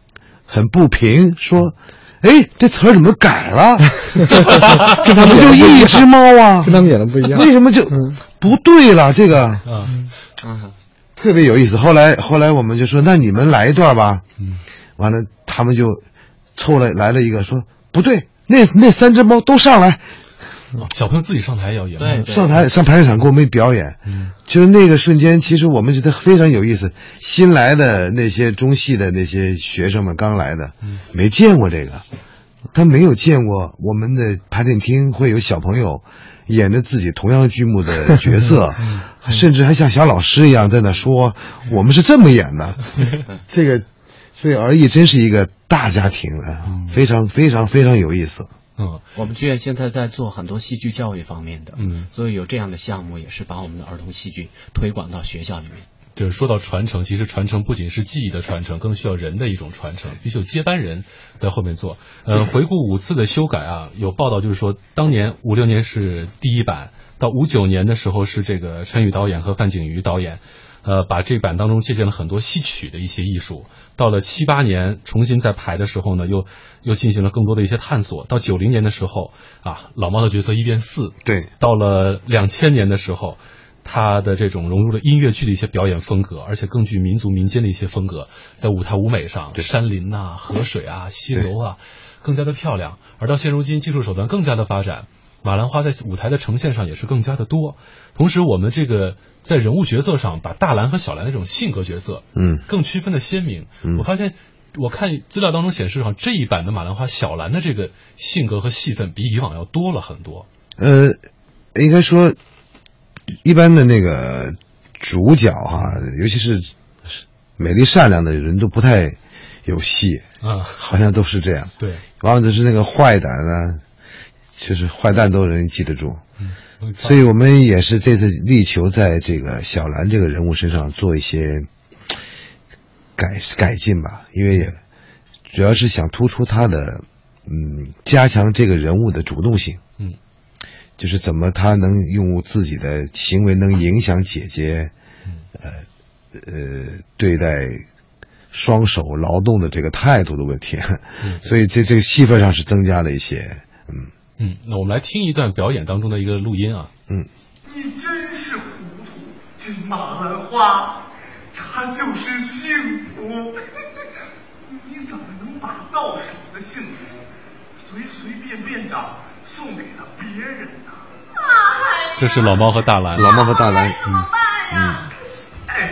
很不平，说：“哎，这词儿怎么改了？怎么就一只猫啊？ 跟他们演的不一样， 为什么就不对了？这个， 嗯嗯， 特别有意思。后来后来我们就说，那你们来一段吧。嗯，完了他们就凑来来了一个说，不对，那那三只猫都上来。” 小朋友自己上台要演， 对， 上台上排练场给我们表演，嗯，就是那个瞬间，其实我们觉得非常有意思。新来的那些中戏的那些学生们刚来的，嗯，没见过这个，他没有见过我们的排练厅会有小朋友演着自己同样剧目的角色，嗯嗯、甚至还像小老师一样在那说我们是这么演的，这个，所以儿艺真是一个大家庭啊，嗯、非常非常非常有意思。 嗯，我们剧院现在在做很多戏剧教育方面的，嗯，所以有这样的项目，也是把我们的儿童戏剧推广到学校里面。 就是说到传承，其实传承不仅是技艺的传承，更需要人的一种传承，必须有接班人在后面做。呃，回顾五次的修改啊，有报道就是说，当年五六年是第一版，到五九年的时候是这个陈宇导演和范景瑜导演。呃，把这版当中借鉴了很多戏曲的一些艺术，到了七八年重新再排的时候呢，又又进行了更多的一些探索。到九零年的时候啊，老猫的角色一变四， 对， 到了两千年的时候，他的这种融入了音乐剧的一些表演风格，而且更具民族民间的一些风格，在舞台舞美上，山林呐、河水啊、溪流啊，更加的漂亮。而到现如今，技术手段更加的发展。马兰花在舞台的呈现上也是更加的多，同时我们这个在人物角色上把大兰和小兰那种性格角色，嗯，更区分的鲜明。嗯，我发现我看资料当中显示，好像这一版的马兰花小兰的这个性格和戏份比以往要多了很多。 呃，应该说，一般的那个主角哈，尤其是美丽善良的人都不太有戏啊，好像都是这样。 对， 往往就是那个坏胆呢。就是坏蛋都能记得住，嗯，所以我们也是这次力求在这个小兰这个人物身上做一些改改进吧，因为也主要是想突出他的，嗯，加强这个人物的主动性，嗯，就是怎么他能用自己的行为能影响姐姐，呃呃对待双手劳动的这个态度的问题，嗯、所以这这个戏份上是增加了一些，嗯。 嗯，那我们来听一段表演当中的一个录音啊。 嗯， 你真是糊涂，这马兰花，它就是幸福。你怎么能把到手的幸福随随便便的送给了别人呢？ 哎，这是老猫和大兰， 老猫和大兰， 怎么办呀？嗯，哎，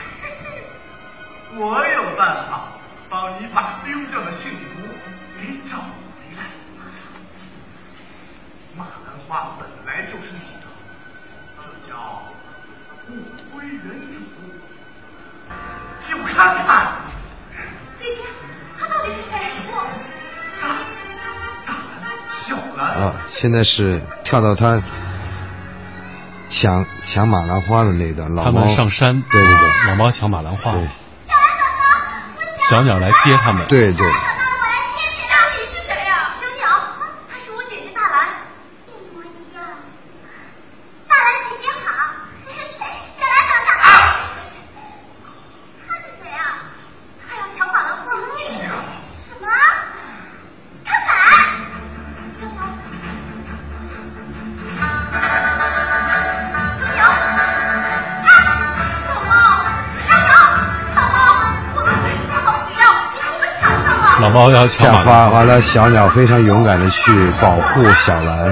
我有办法帮你把丢掉的幸福给找回来。马兰花本来就是你的，这叫物归原主。就看看， 姐姐，他到底是谁？我大大兰、小兰啊，现在是跳到他抢抢马兰花的那段，老猫他们上山， 对对对， 老猫抢马兰花， 对， 小鸟来接他们， 对对。 老猫要抢马花，完了小鸟非常勇敢的去保护小兰。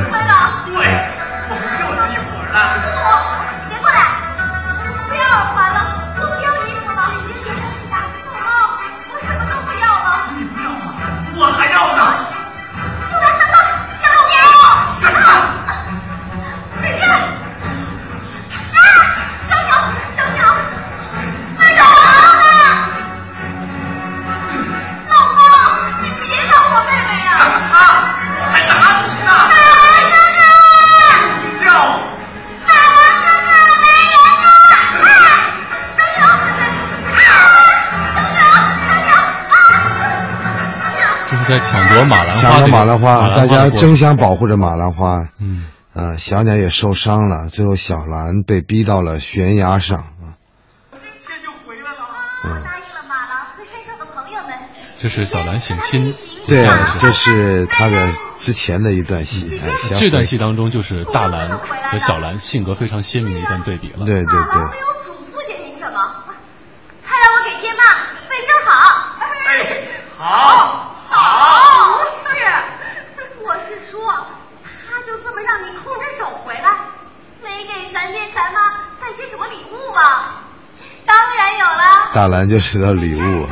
在抢夺马兰花， 抢夺马兰花，大家争相保护着马兰花。嗯，呃，小鸟也受伤了，最后小兰被逼到了悬崖上。 今天就回来了。嗯，答应了马郎和山上的朋友们， 这是小兰省亲， 对，这是他的之前的一段戏。哎， 这段戏当中就是大兰和小兰性格非常鲜明的一段对比了。 对对对。 我有嘱咐点您什么？还让我给爹妈问声好。 哎，好， 好。不是，我是说，他就这么让你空着手回来，没给咱爹咱妈带些什么礼物吗？当然有了。 大兰就知道礼物。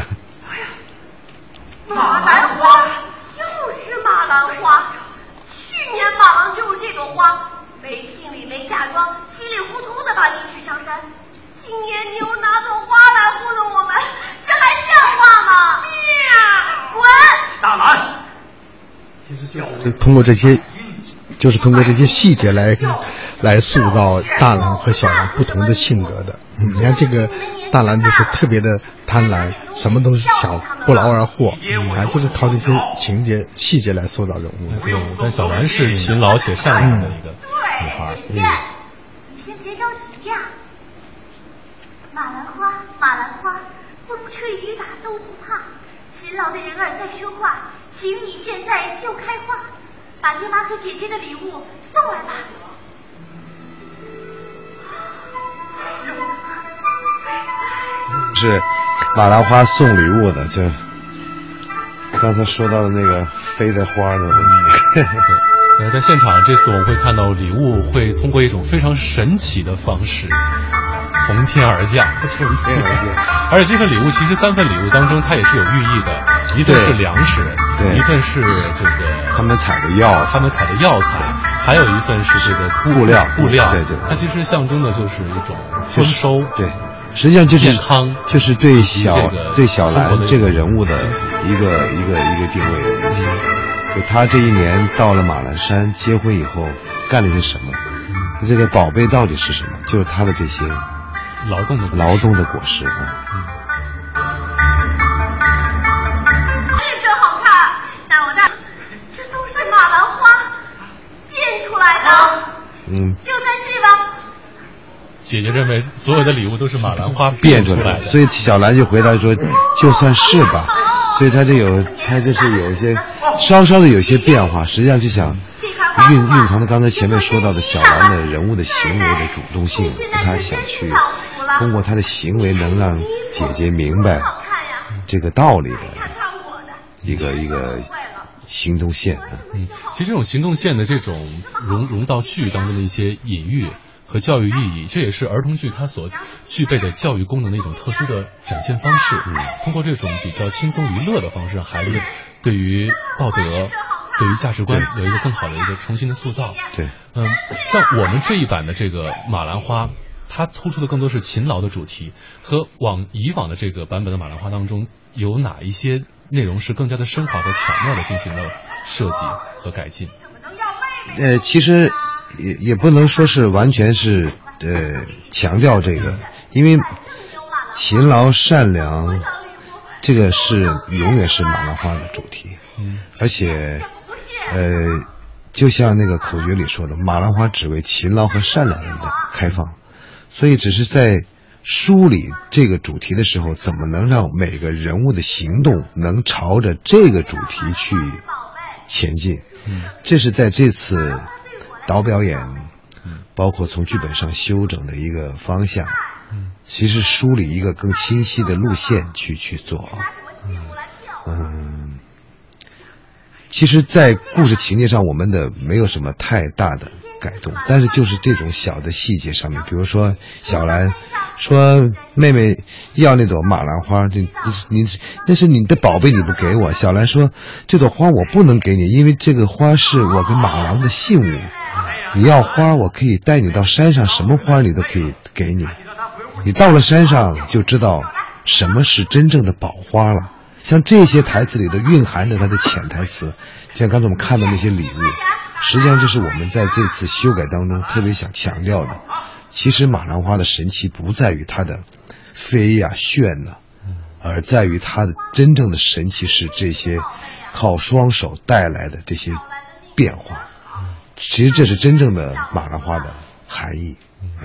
马兰花，又是马兰花。去年马郎就是这朵花，没聘礼没嫁妆，稀里糊涂的把你娶上山。今年你又拿朵花来糊弄我们，这还像话吗？滚！ 大兰， 就通过这些，就是通过这些细节来来塑造大兰和小兰不同的性格的。嗯，你看这个大兰就是特别的贪婪，什么都是想不劳而获，啊，就是靠这些情节细节来塑造人物。 对，但小兰是勤劳且善良的一个女孩。 嗯，你先别着急呀。马兰花，马兰花，风吹雨打都不怕。勤劳的人儿在说话，请你现在就开花，把爹妈和姐姐的礼物送来吧。 是马兰花送礼物的，就刚才说到的那个飞的花的问题。 呃，在现场这次我们会看到礼物会通过一种非常神奇的方式从天而降， 从天而降。 而且这份礼物其实三份礼物当中它也是有寓意的，一份是粮食， 对， 一份是这个他们采的药， 他们采的药材，还有一份是这个布料， 布料， 对对， 它其实象征的就是一种丰收， 对。实际上就是健康， 就是对小、这个、对小兰这个人物的一个一个一个定位的问题。就他这一年到了马栏山结婚以后干了些什么？嗯、这个宝贝到底是什么？就是他的这些劳动的劳动的果实啊。 嗯这真好看，但我那这都是马兰花变出来的。 嗯， 就算是吧。 姐姐认为所有的礼物都是马兰花变出来的， 所以小兰就回答说：“就算是吧。”所以他这有，他就是有一些稍稍的有一些变化，实际上就想蕴蕴藏的刚才前面说到的小兰的人物的行为的主动性，他想去通过他的行为能让姐姐明白这个道理的一个一个行动线。 嗯，其实这种行动线的这种融融到剧当中的一些隐喻和教育意义，这也是儿童剧它所具备的教育功能的一种特殊的展现方式。嗯，通过这种比较轻松娱乐的方式，让孩子对于道德、对于价值观有一个更好的一个重新的塑造。 对， 嗯，像我们这一版的这个马兰花，它突出的更多是勤劳的主题，和往以往的这个版本的马兰花当中，有哪一些内容是更加的深化和巧妙的进行了设计和改进？ 呃，其实。也也不能说是完全是呃强调这个，因为勤劳善良这个是永远是马兰花的主题。嗯，而且呃就像那个口诀里说的，马兰花只为勤劳和善良人的开放，所以只是在梳理这个主题的时候，怎么能让每个人物的行动能朝着这个主题去前进。嗯，这是在这次导表演，包括从剧本上修整的一个方向，其实梳理一个更清晰的路线去去做。嗯，其实在故事情节上我们的没有什么太大的改动，但是就是这种小的细节上面，比如说小兰说妹妹要那朵马兰花，这你那是你的宝贝，你不给我。小兰说这朵花我不能给你，因为这个花是我跟马郎的信物，你要花我可以带你到山上，什么花你都可以给你，你到了山上就知道什么是真正的宝花了。像这些台词里都蕴含着它的潜台词，像刚才我们看的那些礼物，实际上这是我们在这次修改当中特别想强调的。其实马兰花的神奇不在于它的飞呀、啊、炫呐、啊，而在于它的真正的神奇是这些靠双手带来的这些变化。其实这是真正的马兰花的含义。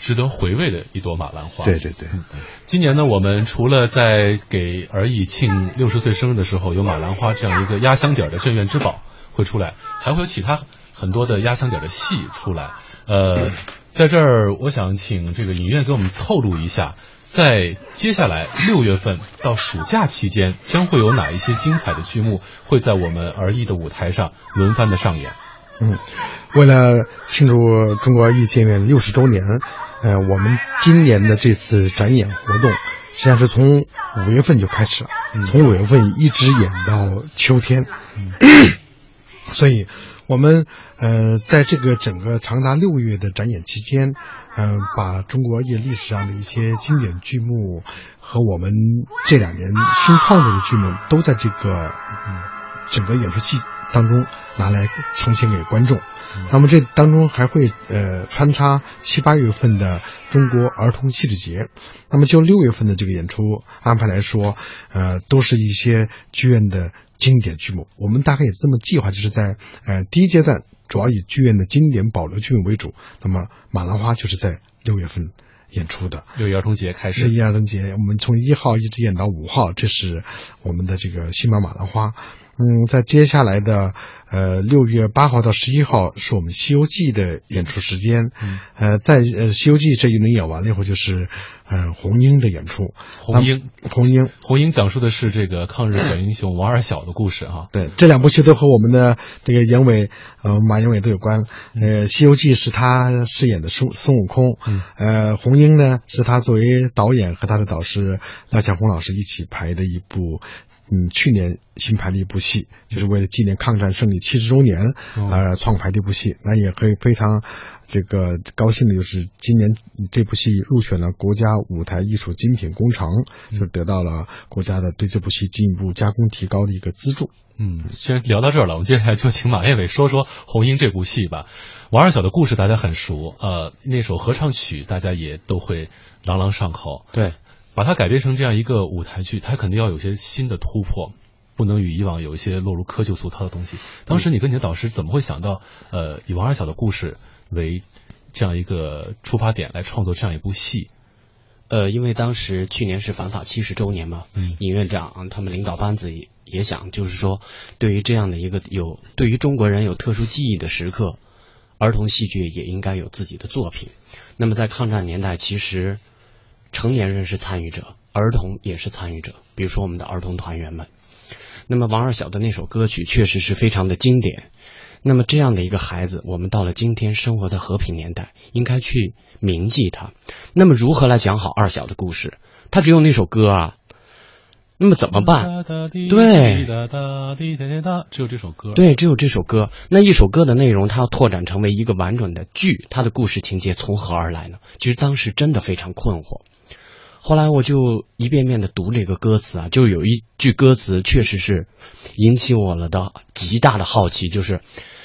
值得回味的一朵马兰花。 对对对。 今年呢，我们除了在给儿艺庆六十岁生日的时候有马兰花这样一个压箱底儿的镇院之宝会出来，还会有其他很多的压箱底儿的戏出来。呃，在这儿我想请这个影院给我们透露一下，在接下来六月份到暑假期间，将会有哪一些精彩的剧目会在我们儿艺的舞台上轮番的上演？ 嗯，为了庆祝中国儿艺建院六十周年，呃，我们今年的这次展演活动实际上是从五月份就开始了，嗯、从五月份一直演到秋天，嗯、所以我们呃在这个整个长达六月的展演期间，嗯、呃，把中国儿艺历史上的一些经典剧目和我们这两年新创作的剧目都在这个嗯整个演出季当中拿来呈现给观众。嗯、那么这当中还会呃穿插七八月份的中国儿童戏剧节。那么就六月份的这个演出安排来说，呃都是一些剧院的经典剧目。我们大概也这么计划，就是在呃第一阶段主要以剧院的经典保留剧目为主。那么马兰花就是在六月份演出的， 六一儿童节开始。 六一儿童节，我们从一号一直演到五号，这是我们的这个新马马兰花。嗯，在接下来的呃六月八号到十一号是我们《西游记》的演出时间。嗯、呃，在呃《西游记》这一轮演完了以后，就是呃红英的演出。 红英， 红英， 红英讲述的是这个抗日小英雄王二小的故事哈。 对，这两部戏都和我们的这个严伟呃马严伟都有关。呃，《西游记》是他饰演的孙孙悟空。嗯。呃，红英呢是他作为导演和他的导师廖晓红老师一起排的一部。嗯，去年新排的一部戏，就是为了纪念抗战胜利七十周年，呃，创排的一部戏。那也可以非常这个高兴的，就是今年这部戏入选了国家舞台艺术精品工程，就得到了国家的对这部戏进一步加工提高的一个资助。 嗯，既然聊到这儿了，我们接下来就请马业伟说说红英这部戏吧。王二小的故事大家很熟，呃，那首合唱曲大家也都会朗朗上口。 对。 把它改编成这样一个舞台剧，它肯定要有些新的突破，不能与以往有一些落入窠臼俗套的东西。当时你跟你的导师怎么会想到，呃，以王二小的故事为这样一个出发点来创作这样一部戏？ 呃，因为当时去年是反法七十周年嘛，嗯，尹院长他们领导班子也也想，就是说，对于这样的一个有对于中国人有特殊记忆的时刻，儿童戏剧也应该有自己的作品。那么在抗战年代，其实成年人是参与者，儿童也是参与者，比如说我们的儿童团员们。那么王二小的那首歌曲确实是非常的经典。那么这样的一个孩子，我们到了今天生活在和平年代，应该去铭记他。那么如何来讲好二小的故事？他只有那首歌啊，那么怎么办？对， 只有这首歌。 对，只有这首歌。那一首歌的内容，它要拓展成为一个完整的剧，它的故事情节从何而来呢？其实当时真的非常困惑。后来我就一遍遍的读这个歌词啊，就有一句歌词确实是引起我了的极大的好奇，就是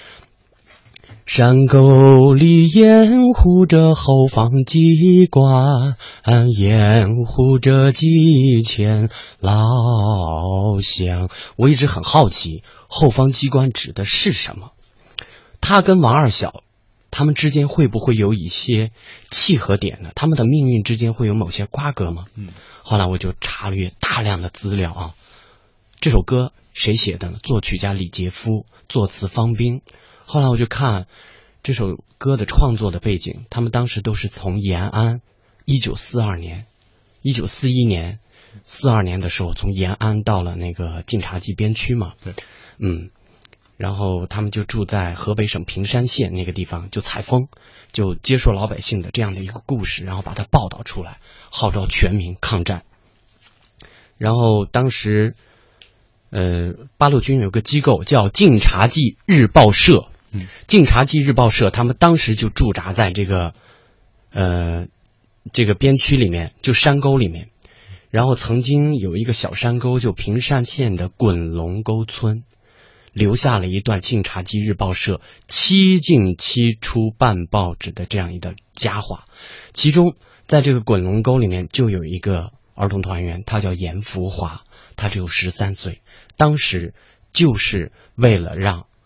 山沟里掩护着后方机关，掩护着几千老乡。我一直很好奇，后方机关指的是什么？他跟王二小他们之间会不会有一些契合点呢？他们的命运之间会有某些瓜葛吗？嗯，后来我就查阅大量的资料啊。这首歌谁写的呢？作曲家李杰夫，作词方斌。后来我就看这首歌的创作的背景，他们当时都是从延安，一九四二年、一九四一年、四二年的时候，从延安到了那个晋察冀边区嘛。对，嗯。然后他们就住在河北省平山县那个地方，就采风，就接受老百姓的这样的一个故事，然后把它报道出来，号召全民抗战。然后当时，呃，八路军有个机构叫晋察冀日报社，嗯，晋察冀日报社他们当时就驻扎在这个，呃，这个边区里面，就山沟里面。然后曾经有一个小山沟，就平山县的滚龙沟村。留下了一段晋察冀日报社七进七出办报纸的这样一个佳话，其中在这个滚龙沟里面就有一个儿童团员，他叫严福华，他只有十三岁，当时就是为了让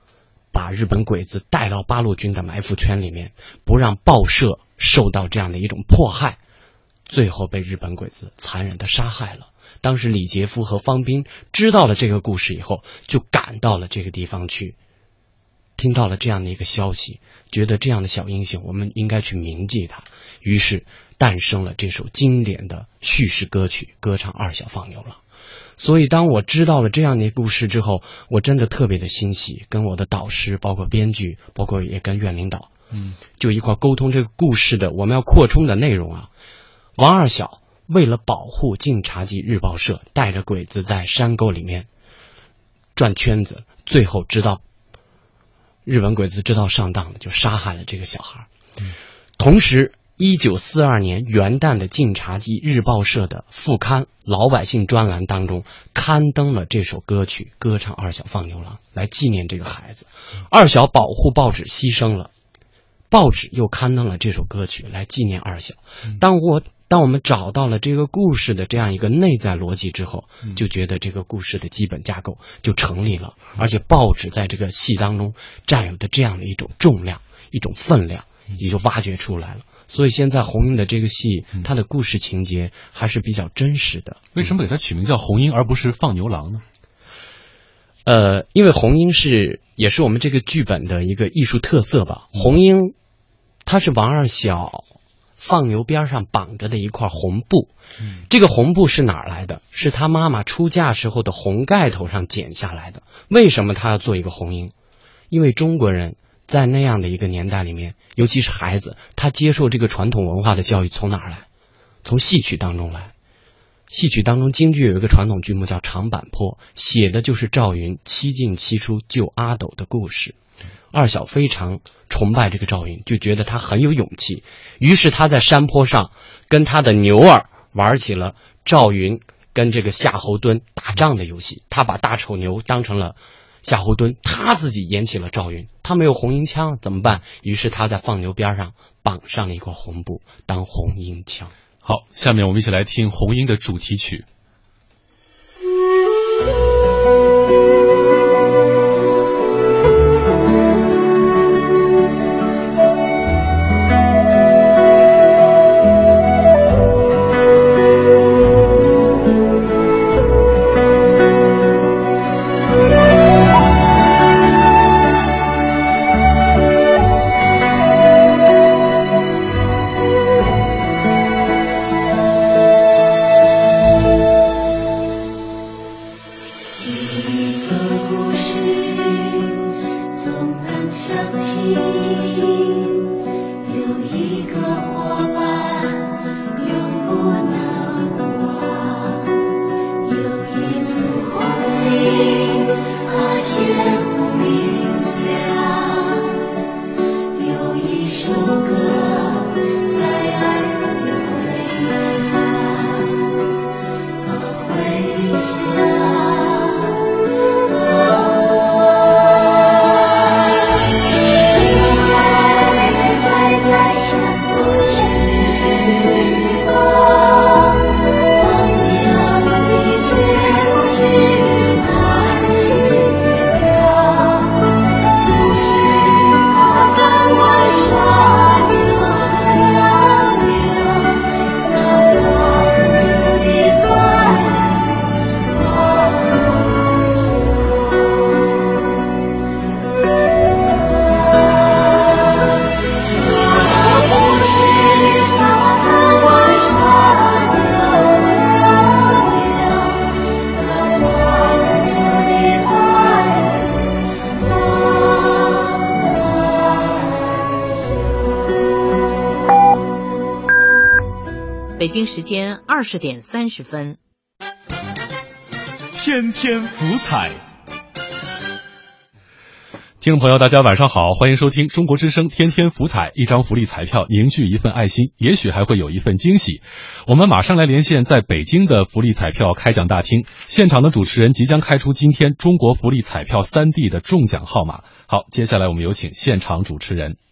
把日本鬼子带到八路军的埋伏圈里面，不让报社受到这样的一种迫害，最后被日本鬼子残忍的杀害了。当时李杰夫和方斌知道了这个故事以后，就赶到了这个地方去，听到了这样的一个消息，觉得这样的小英雄我们应该去铭记他，于是诞生了这首经典的叙事歌曲《歌唱二小放牛郎》。所以当我知道了这样的一个故事之后，我真的特别的欣喜，跟我的导师包括编剧包括也跟院领导嗯，就一块沟通这个故事的我们要扩充的内容啊。王二小为了保护晋察冀日报社，带着鬼子在山沟里面转圈子，最后知道日本鬼子知道上当了，就杀害了这个小孩。嗯、同时一九四二年元旦的晋察冀日报社的副刊老百姓专栏当中刊登了这首歌曲《歌唱二小放牛郎》，来纪念这个孩子。二小保护报纸牺牲了，报纸又刊登了这首歌曲来纪念二小。当我当我们找到了这个故事的这样一个内在逻辑之后，就觉得这个故事的基本架构就成立了，而且报纸在这个戏当中占有的这样的一种重量一种分量也就挖掘出来了。所以现在红英的这个戏，它的故事情节还是比较真实的。 为什么给它取名叫红英而不是放牛郎呢？ 呃，因为红英是也是我们这个剧本的一个艺术特色吧。红英它是王二小放牛边上绑着的一块红布，嗯、这个红布是哪儿来的？是他妈妈出嫁时候的红盖头上剪下来的。为什么他要做一个红英？因为中国人在那样的一个年代里面，尤其是孩子，他接受这个传统文化的教育从哪儿来？从戏曲当中来。戏曲当中京剧有一个传统剧目叫《长坂坡》，写的就是赵云七进七出救阿斗的故事。二小非常崇拜这个赵云，就觉得他很有勇气，于是他在山坡上跟他的牛儿玩起了赵云跟这个夏侯惇打仗的游戏。他把大丑牛当成了夏侯惇，他自己演起了赵云。他没有红缨枪怎么办？于是他在放牛边上绑上了一块红布当红缨枪。 好，下面我们一起来听红缨的主题曲。 北京时间二十点三十分。 天天福彩， 听众朋友大家晚上好，欢迎收听中国之声天天福彩，一张福利彩票凝聚一份爱心，也许还会有一份惊喜。我们马上来连线在北京的福利彩票开奖大厅，现场的主持人即将开出今天中国福利彩票 三 D 的中奖号码。好，接下来我们有请现场主持人。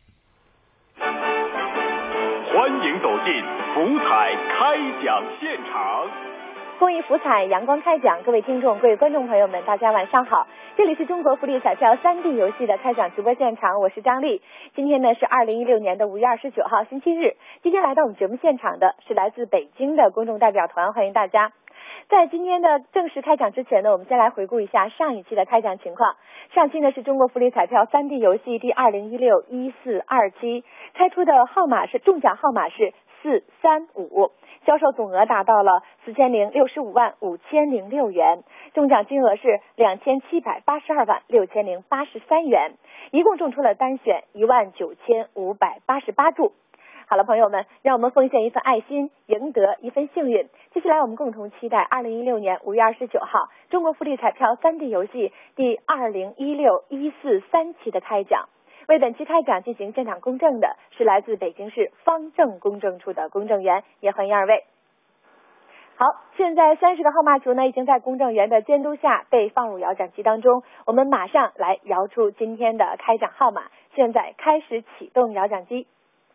欢迎走进福彩开奖现场。 公益福彩阳光开奖，各位听众、各位观众朋友们，大家晚上好！这里是中国福利彩票 三 D 游戏的开奖直播现场，我是张丽。今天呢是二零一六年的五月二十九号，星期日。今天来到我们节目现场的是来自北京的公众代表团，欢迎大家。在今天的正式开奖之前呢，我们先来回顾一下上一期的开奖情况。上期呢是中国福利彩票 三 D 游戏第二零一六一四二期，开出的号码是中奖号码是四三五，销售总额达到了四千零六十五万五千零六元，中奖金额是两千七百八十二万六千零八十三元，一共中出了单选一万九千五百八十八注。好了，朋友们，让我们奉献一份爱心，赢得一份幸运。接下来我们共同期待二零一六年五月二十九号中国福利彩票 三 D 游戏第二零一六一四三期的开奖。为本期开奖进行现场公证的是来自北京市方正公证处的公证员，也欢迎二位。好，现在三十个号码球呢已经在公证员的监督下被放入摇奖机当中，我们马上来摇出今天的开奖号码。现在开始启动摇奖机。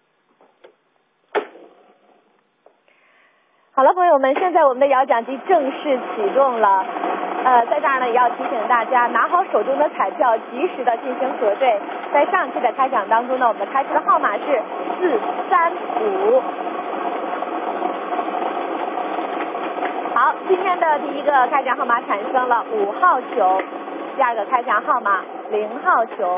好了，朋友们，现在我们的摇奖机正式启动了。呃，在这儿呢，也要提醒大家拿好手中的彩票，及时的进行核对。在上期的开奖当中呢，我们开出的号码是四三五。好，今天的第一个开奖号码产生了五号球，第二个开奖号码零号球，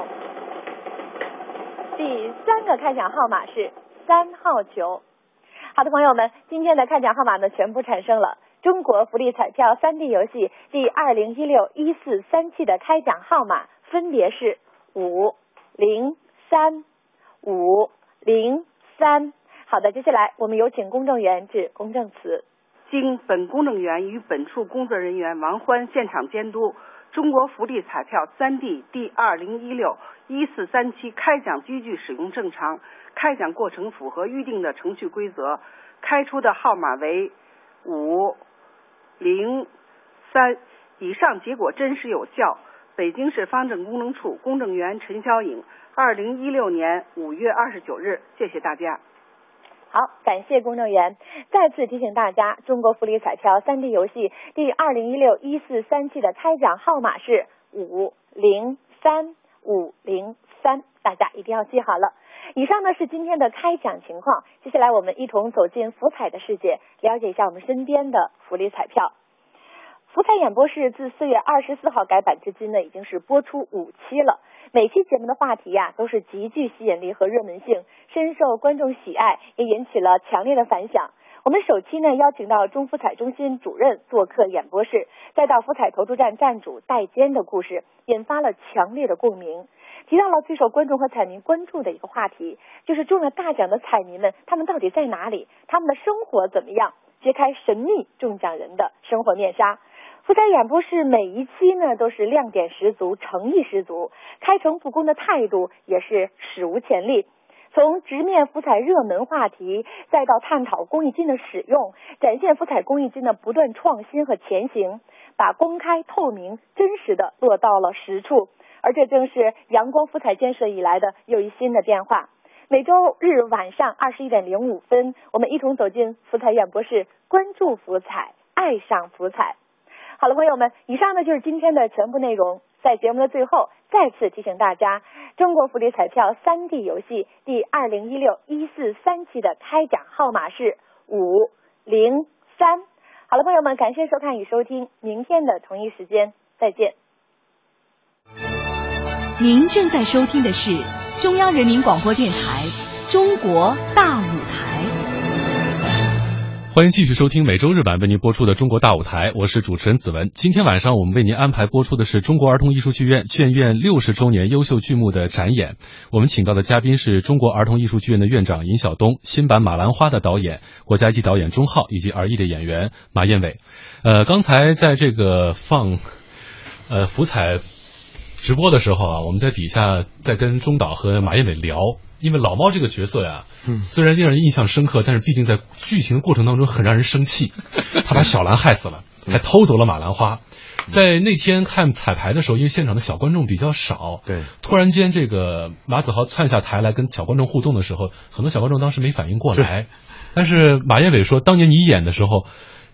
第三个开奖号码是三号球。好的，朋友们，今天的开奖号码呢全部产生了。中国福利彩票 三 D 游戏第二零一六一四三期的开奖号码分别是五零三五零三。好的，接下来我们有请公证员致公证词。 经本公证员与本处工作人员王欢现场监督，中国福利彩票 三 D 第二零一六一四三期开奖机具使用正常，开奖过程符合预定的程序规则，开出的号码为五零三，以上结果真实有效。北京市方正公证处公证员陈小颖，二零一六年五月二十九日。谢谢大家。 好，感谢公证员。再次提醒大家，中国福利彩票 三 D 游戏第二零一六一四三期的开奖号码是五零三五零三，大家一定要记好了。以上呢是今天的开奖情况，接下来我们一同走进福彩的世界，了解一下我们身边的福利彩票。福彩演播室自四月二十四号改版至今呢，已经是播出五期了。每期节目的话题呀、啊，都是极具吸引力和热门性，深受观众喜爱，也引起了强烈的反响。我们首期呢邀请到中福彩中心主任做客演播室，再到福彩投注站站主戴坚的故事，引发了强烈的共鸣，提到了最受观众和彩民关注的一个话题，就是中了大奖的彩民们，他们到底在哪里？他们的生活怎么样？揭开神秘中奖人的生活面纱。福彩演播室每一期呢都是亮点十足，诚意十足，开诚布公的态度也是史无前例。从直面福彩热门话题，再到探讨公益金的使用，展现福彩公益金的不断创新和前行，把公开、透明、真实的落到了实处。而这正是阳光福彩建设以来的又一新的变化。每周日晚上二十一点零五分，我们一同走进福彩演播室，关注福彩，爱上福彩。好了，朋友们，以上呢就是今天的全部内容。在节目的最后，再次提醒大家，中国福利彩票 三 D 游戏第二零一六一四三期的开奖号码是五零三。好了，朋友们，感谢收看与收听，明天的同一时间再见。 您正在收听的是中央人民广播电台中国大舞台。 欢迎继续收听每周日晚为您播出的中国大舞台，我是主持人子文。今天晚上我们为您安排播出的是中国儿童艺术剧院建院六十周年优秀剧目的展演。我们请到的嘉宾是中国儿童艺术剧院的院长尹晓东，新版《马兰花》的导演，国家级导演钟浩，以及儿艺的演员马彦伟。呃，刚才在这个放呃福彩直播的时候啊，我们在底下在跟钟导和马彦伟聊。因为老猫这个角色呀，嗯，虽然令人印象深刻，但是毕竟在剧情的过程当中很让人生气。他把小兰害死了，还偷走了马兰花。在那天看彩排的时候，因为现场的小观众比较少，对，突然间这个马子豪窜下台来跟小观众互动的时候，很多小观众当时没反应过来。但是马彦伟说，当年你演的时候，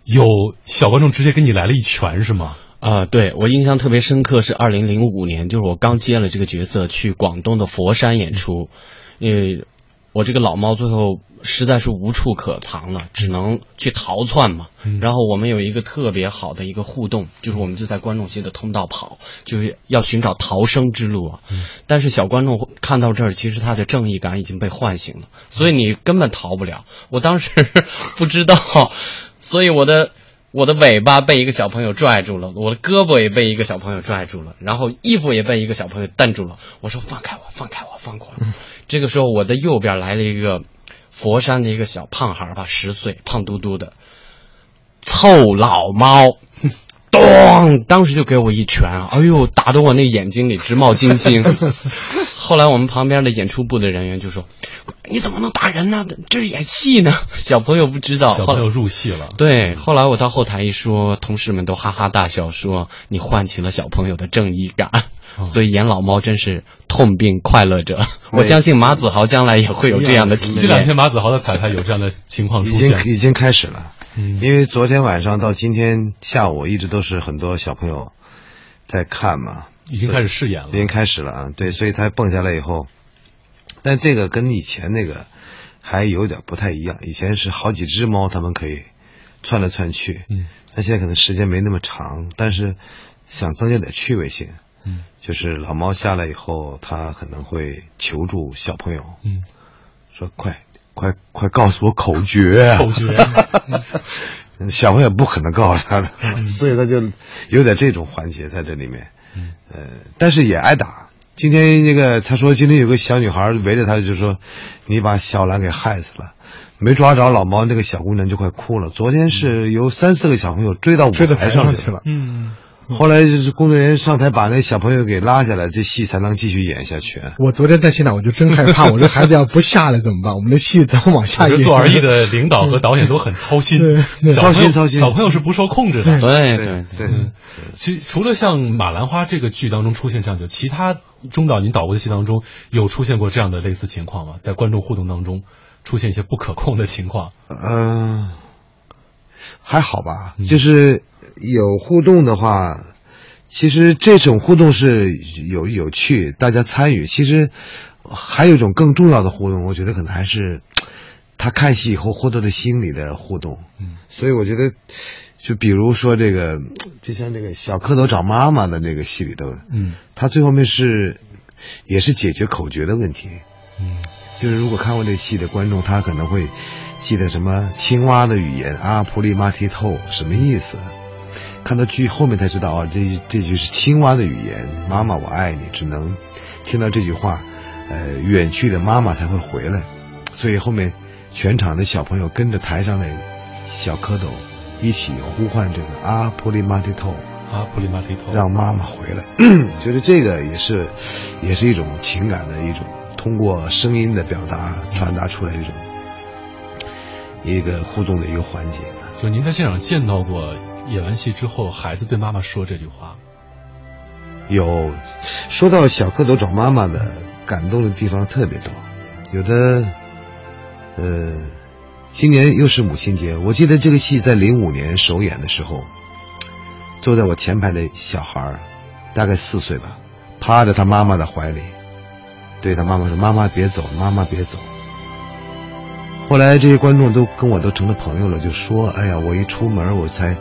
有小观众直接给你来了一拳是吗？ 啊、呃，对，我印象特别深刻是二零零五年，就是我刚接了这个角色去广东的佛山演出，因为我这个老猫最后实在是无处可藏了，只能去逃窜嘛。 嗯、 然后我们有一个特别好的一个互动，就是我们就在观众席的通道跑，就是要寻找逃生之路啊。 嗯、 但是小观众看到这儿，其实他的正义感已经被唤醒了，所以你根本逃不了。我当时不知道，所以我的。我的尾巴被一个小朋友拽住了，我的胳膊也被一个小朋友拽住了，然后衣服也被一个小朋友蹬住了。我说放开我，放开我，放开我。嗯、这个时候我的右边来了一个佛山的一个小胖孩吧，十岁，胖嘟嘟的，臭老猫，咚，当时就给我一拳，哎呦，打得我那眼睛里直冒金星。后来我们旁边的演出部的人员就说：“你怎么能打人呢？这是演戏呢。”小朋友不知道， 小朋友入戏了。 对，后来我到后台一说，同事们都哈哈大笑，说你唤起了小朋友的正义感。哦、所以演老猫真是痛并快乐着。我相信马子豪将来也会有这样的体验。 这两天马子豪的彩排有这样的情况出现， 已经已经开始了。 嗯， 因为昨天晚上到今天下午一直都是很多小朋友在看嘛。 已经开始试演了， 已经开始了啊！对，所以他蹦下来以后，但这个跟以前那个还有点不太一样。以前是好几只猫，它们可以窜来窜去， 嗯， 但现在可能时间没那么长，但是想增加点趣味性， 嗯， 就是老猫下来以后，它可能会求助小朋友， 嗯， 说快快快告诉我口诀， 口诀， 小朋友不可能告诉他的， 嗯、 所以他就有点这种环节在这里面。 嗯， 呃，但是也挨打。今天那个他说，今天有个小女孩围着他，就说你把小兰给害死了，没抓着老猫，那个小姑娘就快哭了。昨天是由三四个小朋友追到舞台上去了， 嗯， 后来就是工作人员上台把那小朋友给拉下来，这戏才能继续演下去。 我昨天在现场我就真害怕，我说孩子要不下来怎么办？我们的戏怎么往下演？ 做儿艺的领导和导演都很操心， 操心操心， 小朋友是不受控制的。 对对对。 其实除了像《马兰花》这个剧当中出现这样的，其他中导您导过的戏当中有出现过这样的类似情况吗？在观众互动当中出现一些不可控的情况？ 嗯、呃，还好吧，嗯、就是有互动的话。其实这种互动是有有趣，大家参与。其实还有一种更重要的互动，我觉得可能还是他看戏以后获得的心理的互动。 嗯， 所以我觉得，就比如说这个，就像这个小蝌蚪找妈妈的那个戏里头， 嗯， 他最后面是也是解决口诀的问题。 嗯， 就是如果看过这戏的观众，他可能会记得什么青蛙的语言啊，普利马提透什么意思？看到剧后面才知道啊，这这句是青蛙的语言，妈妈我爱你，只能听到这句话，呃，远去的妈妈才会回来，所以后面全场的小朋友跟着台上的小蝌蚪一起呼唤这个阿普利马提透， 阿普利马提透， 让妈妈回来。觉得这个也是也是一种情感的一种通过声音的表达传达出来一种一个互动的一个环节。 就您在现场见到过演完戏之后孩子对妈妈说这句话？ 有，说到小蝌蚪找妈妈的感动的地方特别多，有的呃今年又是母亲节，我记得这个戏在零五年首演的时候，坐在我前排的小孩大概四岁吧，趴着他妈妈的怀里，对他妈妈说，妈妈别走，妈妈别走。后来这些观众都跟我都成了朋友了，就说哎呀，我一出门我才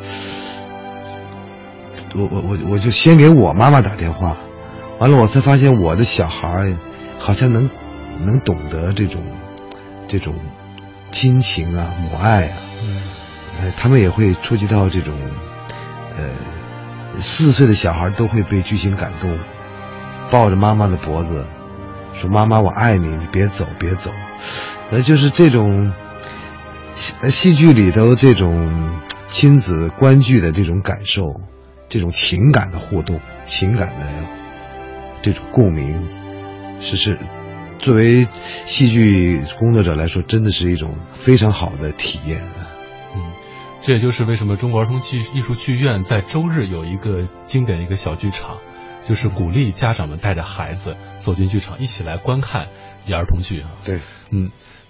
我我我我就先给我妈妈打电话，完了我才发现我的小孩好像能能懂得这种这种亲情啊，母爱啊， 嗯， 呃他们也会触及到这种呃四岁的小孩都会被剧情感动，抱着妈妈的脖子说，妈妈我爱你，你别走别走。呃，就是这种戏剧里头这种亲子观剧的这种感受，这种情感的互动，情感的这种共鸣，是是作为戏剧工作者来说，真的是一种非常好的体验。 嗯，这也就是为什么中国儿童剧艺术剧院在周日有一个经典的一个小剧场，就是鼓励家长们带着孩子走进剧场，一起来观看儿童剧啊。 对， 嗯。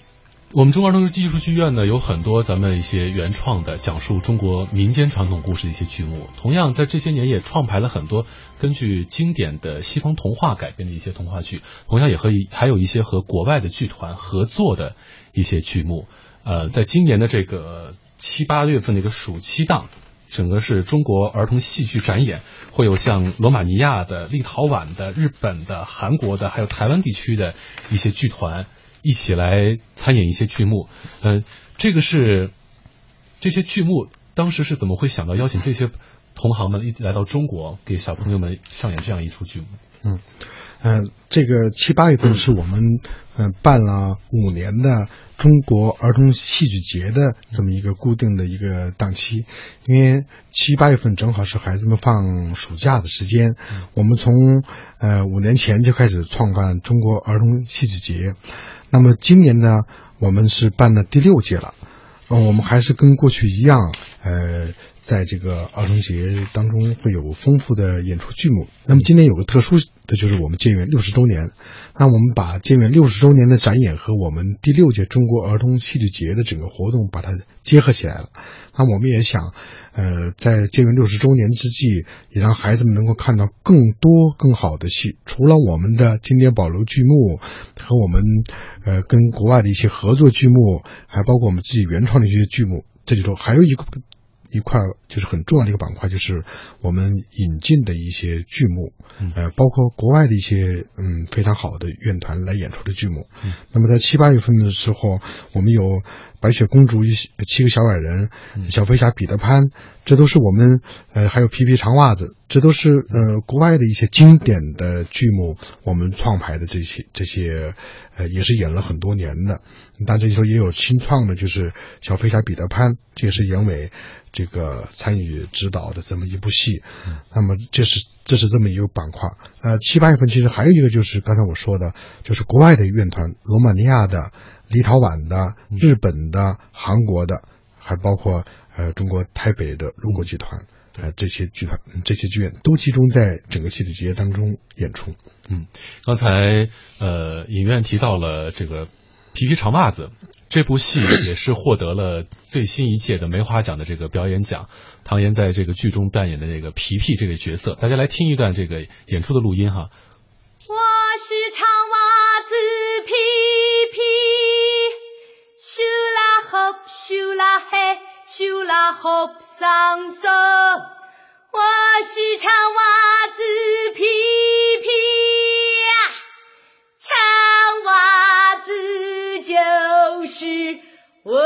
我们中国儿童艺术剧院呢，有很多咱们一些原创的讲述中国民间传统故事的一些剧目。同样，在这些年也创排了很多根据经典的西方童话改编的一些童话剧。同样，也和还有一些和国外的剧团合作的一些剧目。呃，在今年的这个七八月份的一个暑期档，整个是中国儿童戏剧展演，会有像罗马尼亚的、立陶宛的、日本的、韩国的，还有台湾地区的一些剧团。一起来参演一些剧目，呃，这个是这些剧目当时是怎么会想到邀请这些同行们一来到中国，给小朋友们上演这样一出剧目？ 嗯，呃，这个七八月份是我们嗯、呃、办了五年的中国儿童戏剧节的这么一个固定的一个档期，因为七八月份正好是孩子们放暑假的时间，嗯、我们从呃五年前就开始创办中国儿童戏剧节。那么今年呢，我们是办了第六届了，嗯，我们还是跟过去一样，呃，在这个儿童节当中会有丰富的演出剧目。那么今年有个特殊的就是我们建园六十周年，那我们把建园六十周年的展演和我们第六届中国儿童戏剧节的整个活动把它结合起来了。那我们也想，呃，在建园六十周年之际，也让孩子们能够看到更多更好的戏。除了我们的经典保留剧目和我们呃跟国外的一些合作剧目，还包括我们自己原创的一些剧目，这里头还有一个一块就是很重要的一个板块，就是我们引进的一些剧目，呃，包括国外的一些嗯非常好的院团来演出的剧目。嗯、那么在七八月份的时候，我们有白雪公主与七个小矮人、嗯、小飞侠彼得潘，这都是我们呃还有皮皮长袜子，这都是呃国外的一些经典的剧目，我们创排的这些这些呃也是演了很多年的。但这里头也有新创的，就是小飞侠彼得潘，这也是严伟这个参与指导的这么一部戏。嗯、那么这是这是这么一个板块。呃，七八月份其实还有一个就是刚才我说的，就是国外的院团，罗马尼亚的、立陶宛的、日本的、韩国的，还包括呃中国台北的路国剧团。呃，这些剧团、这些剧院都集中在整个戏剧节当中演出。 嗯，刚才呃影院提到了这个皮皮长袜子这部戏，也是获得了最新一届的梅花奖的这个表演奖。唐嫣在这个剧中扮演的这个皮皮这个角色，大家来听一段这个演出的录音哈。 我是长袜子皮皮，咻啦吼咻啦嘿咻啦吼桑松，我是长袜子皮皮呀，长袜子就是我。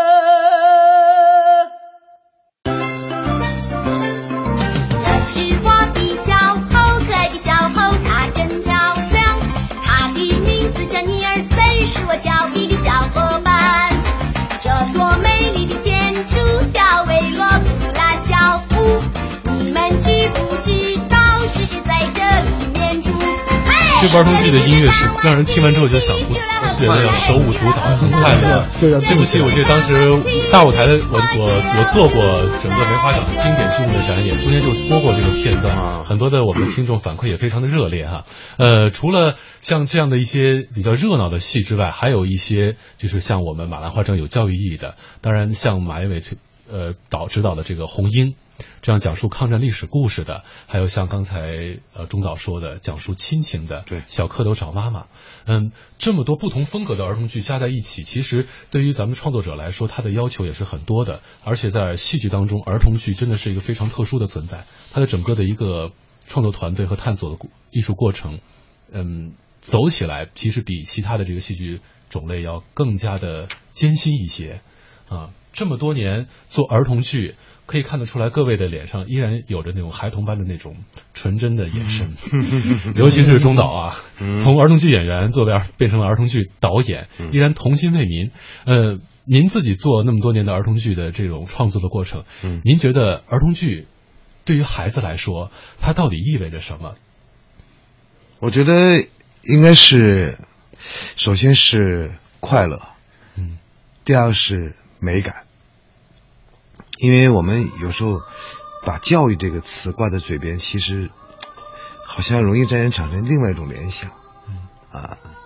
这是我的小猴，可爱的小猴，它真漂亮，它的名字叫尼尔森，是我交易的小伙伴。这座美丽的建筑叫维罗普拉小屋，你们知不知道是谁在这里面住？ 这部儿童剧的音乐是让人听完之后就想哭，觉得要手舞足蹈，很快乐。这部戏我记得当时大舞台的我我我做过整个梅花奖的经典剧目的展演，中间就播过这个片段，很多的我们的听众反馈也非常的热烈哈。呃，除了像这样的一些比较热闹的戏之外，还有一些就是像我们马兰花城有教育意义的，当然像马元伟呃导指导的这个红鹰，这样讲述抗战历史故事的，还有像刚才呃钟导说的讲述亲情的，对，小蝌蚪找妈妈，嗯，这么多不同风格的儿童剧加在一起，其实对于咱们创作者来说，他的要求也是很多的，而且在戏剧当中，儿童剧真的是一个非常特殊的存在，它的整个的一个创作团队和探索的艺术过程，嗯，走起来其实比其他的这个戏剧种类要更加的艰辛一些啊。这么多年做儿童剧，可以看得出来各位的脸上依然有着那种孩童般的那种纯真的眼神，嗯、尤其是钟导啊，嗯、从儿童剧演员作为变成了儿童剧导演，嗯、依然童心为民。呃，您自己做那么多年的儿童剧的这种创作的过程，嗯、您觉得儿童剧对于孩子来说，它到底意味着什么？ 我觉得应该是，首先是快乐，嗯，第二是美感。因为我们有时候把教育这个词挂在嘴边，其实好像容易让人产生另外一种联想，嗯啊，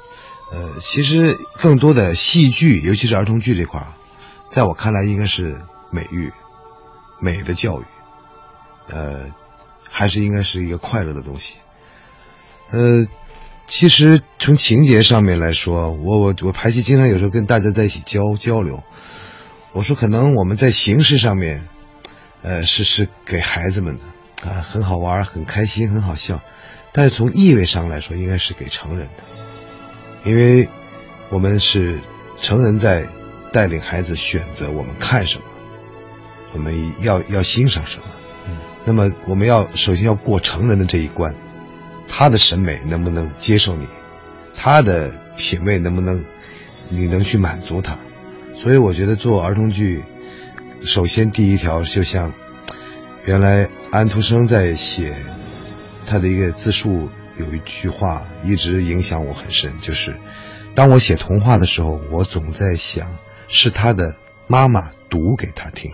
呃，其实更多的戏剧，尤其是儿童剧这块儿，在我看来应该是美育、美的教育，呃，还是应该是一个快乐的东西。呃，其实从情节上面来说，我我我排戏经常有时候跟大家在一起交交流，我说可能我们在形式上面，呃，是是给孩子们的啊，很好玩，很开心，很好笑，但是从意味上来说，应该是给成人的。因为我们是成人在带领孩子选择我们看什么，我们要要欣赏什么。嗯，那么我们要首先要过成人的这一关，他的审美能不能接受你，他的品味能不能你能去满足他。所以我觉得做儿童剧，首先第一条就像原来安徒生在写他的一个自述。有一句话一直影响我很深，就是当我写童话的时候，我总在想是他的妈妈读给他听，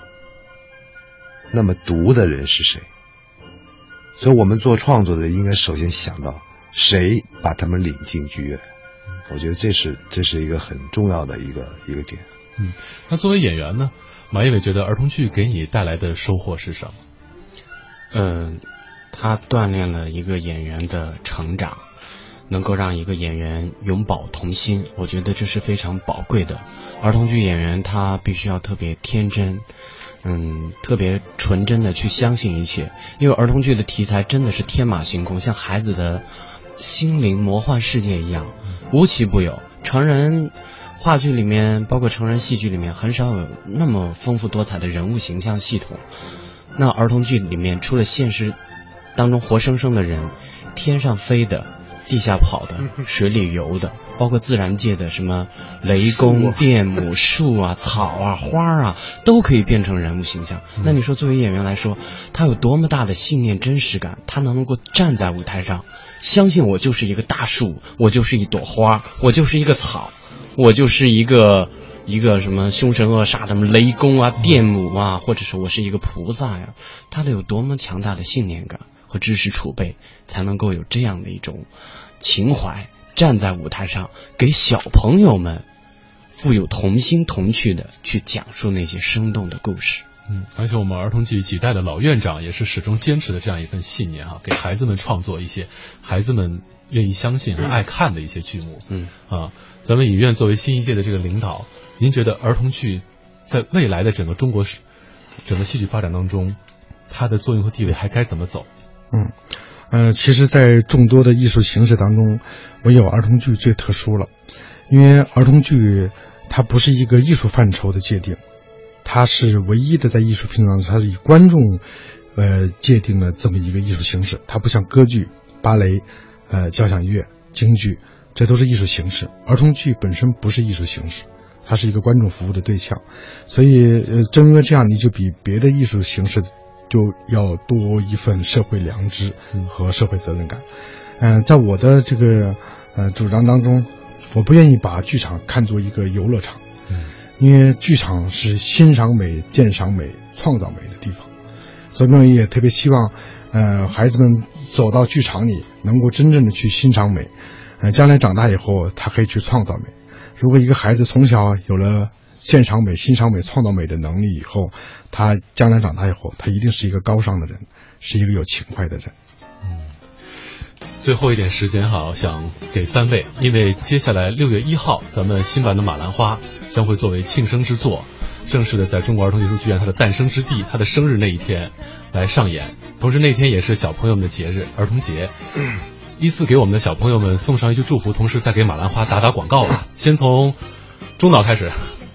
那么读的人是谁？所以我们做创作的应该首先想到谁把他们领进剧院，我觉得这是这是一个很重要的一个一个点。 嗯，那作为演员呢，马一伟觉得儿童剧给你带来的收获是什么？ 嗯。他锻炼了一个演员的成长，能够让一个演员永葆童心，我觉得这是非常宝贵的。儿童剧演员他必须要特别天真，嗯，特别纯真的去相信一切，因为儿童剧的题材真的是天马行空，像孩子的心灵魔幻世界一样，无奇不有。成人话剧里面，包括成人戏剧里面，很少有那么丰富多彩的人物形象系统。那儿童剧里面，除了现实当中活生生的人，天上飞的，地下跑的，水里游的，包括自然界的什么雷公、电母、树啊、草啊、花啊，都可以变成人物形象。那你说作为演员来说，他有多么大的信念真实感，他能够站在舞台上，相信我就是一个大树，我就是一朵花，我就是一个草，我就是一个一个什么凶神恶煞的雷公啊、电母啊，或者是我是一个菩萨呀，他得有多么强大的信念感和知识储备，才能够有这样的一种情怀，站在舞台上给小朋友们富有童心童趣的去讲述那些生动的故事。 嗯，而且我们儿童剧几代的老院长也是始终坚持的这样一份信念啊，给孩子们创作一些孩子们愿意相信和爱看的一些剧目。 嗯啊，咱们影院作为新一届的这个领导，您觉得儿童剧在未来的整个中国整个戏剧发展当中，它的作用和地位还该怎么走？ 嗯，呃，其实，在众多的艺术形式当中，唯有儿童剧最特殊了，因为儿童剧它不是一个艺术范畴的界定，它是唯一的在艺术品当中，它是以观众，呃，界定了这么一个艺术形式。它不像歌剧、芭蕾、呃，交响乐、京剧，这都是艺术形式。儿童剧本身不是艺术形式，它是一个观众服务的对象，所以，呃，正因为这样，你就比别的艺术形式就要多一份社会良知和社会责任感。嗯、呃，在我的这个呃主张当中，我不愿意把剧场看作一个游乐场，嗯，因为剧场是欣赏美、鉴赏美、创造美的地方，所以呢，也特别希望，呃，孩子们走到剧场里，能够真正的去欣赏美，呃，将来长大以后，他可以去创造美。如果一个孩子从小有了鉴赏美、欣赏美、创造美的能力以后，他将来长大以后，他一定是一个高尚的人，是一个有情怀的人。 嗯，最后一点时间哈，我想给三位，因为接下来六月一号，咱们新版的《马兰花》将会作为庆生之作，正式的在中国儿童艺术剧院它的诞生之地，它的生日那一天来上演。同时那天也是小朋友们的节日，儿童节。嗯，依次给我们的小朋友们送上一句祝福，同时再给《马兰花》打打广告吧。先从中岛开始。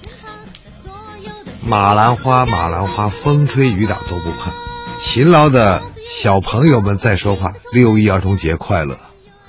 马兰花，马兰花，风吹雨打都不怕。勤劳的小朋友们在说话，六一儿童节快乐！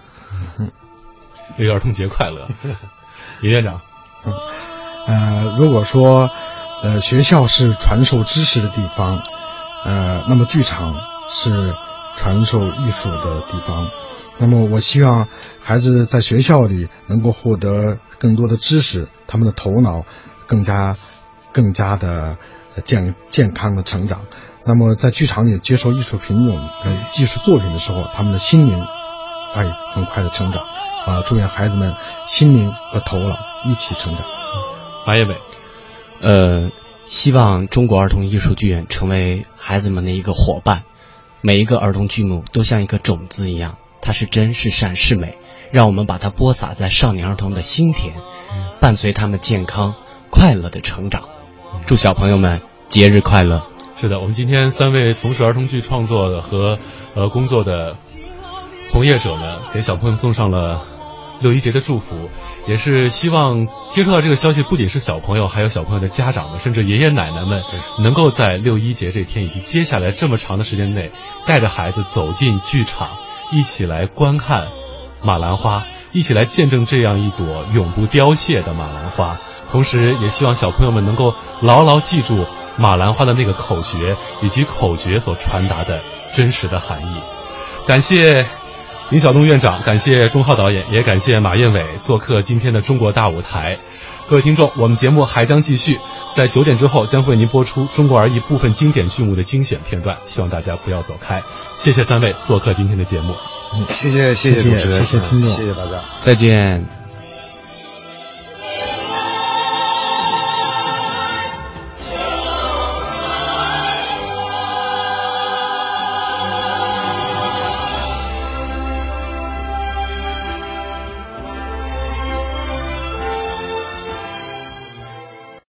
六一儿童节快乐！李院长， 嗯，呃，如果说，呃，学校是传授知识的地方，呃，那么剧场是传授艺术的地方。那么，我希望孩子在学校里能够获得更多的知识，他们的头脑更加。更加的健健康的成长。那么在剧场里接受艺术品种呃艺术作品的时候，他们的心灵会很快的成长， 啊、呃，祝愿孩子们心灵和头脑一起成长。 马业伟， 呃，希望中国儿童艺术剧院成为孩子们的一个伙伴，每一个儿童剧目都像一个种子一样，它是真是善是美，让我们把它播撒在少年儿童的心田，伴随他们健康快乐的成长。祝小朋友们节日快乐。 是的，我们今天三位从事儿童剧创作的和呃工作的从业者呢，给小朋友送上了六一节的祝福，也是希望接触到这个消息，不仅是小朋友，还有小朋友的家长们，甚至爷爷奶奶们，能够在六一节这天以及接下来这么长的时间内，带着孩子走进剧场，一起来观看马兰花，一起来见证这样一朵永不凋谢的马兰花。同时也希望小朋友们能够牢牢记住马兰花的那个口诀，以及口诀所传达的真实的含义。感谢林晓东院长，感谢钟浩导演，也感谢马彦伟做客今天的中国大舞台。各位听众，我们节目还将继续，在九点之后将会为您播出中国儿艺部分经典剧目的精选片段，希望大家不要走开。谢谢三位做客今天的节目。 嗯，谢谢谢谢主持人， 谢谢听众， 谢谢大家， 再见。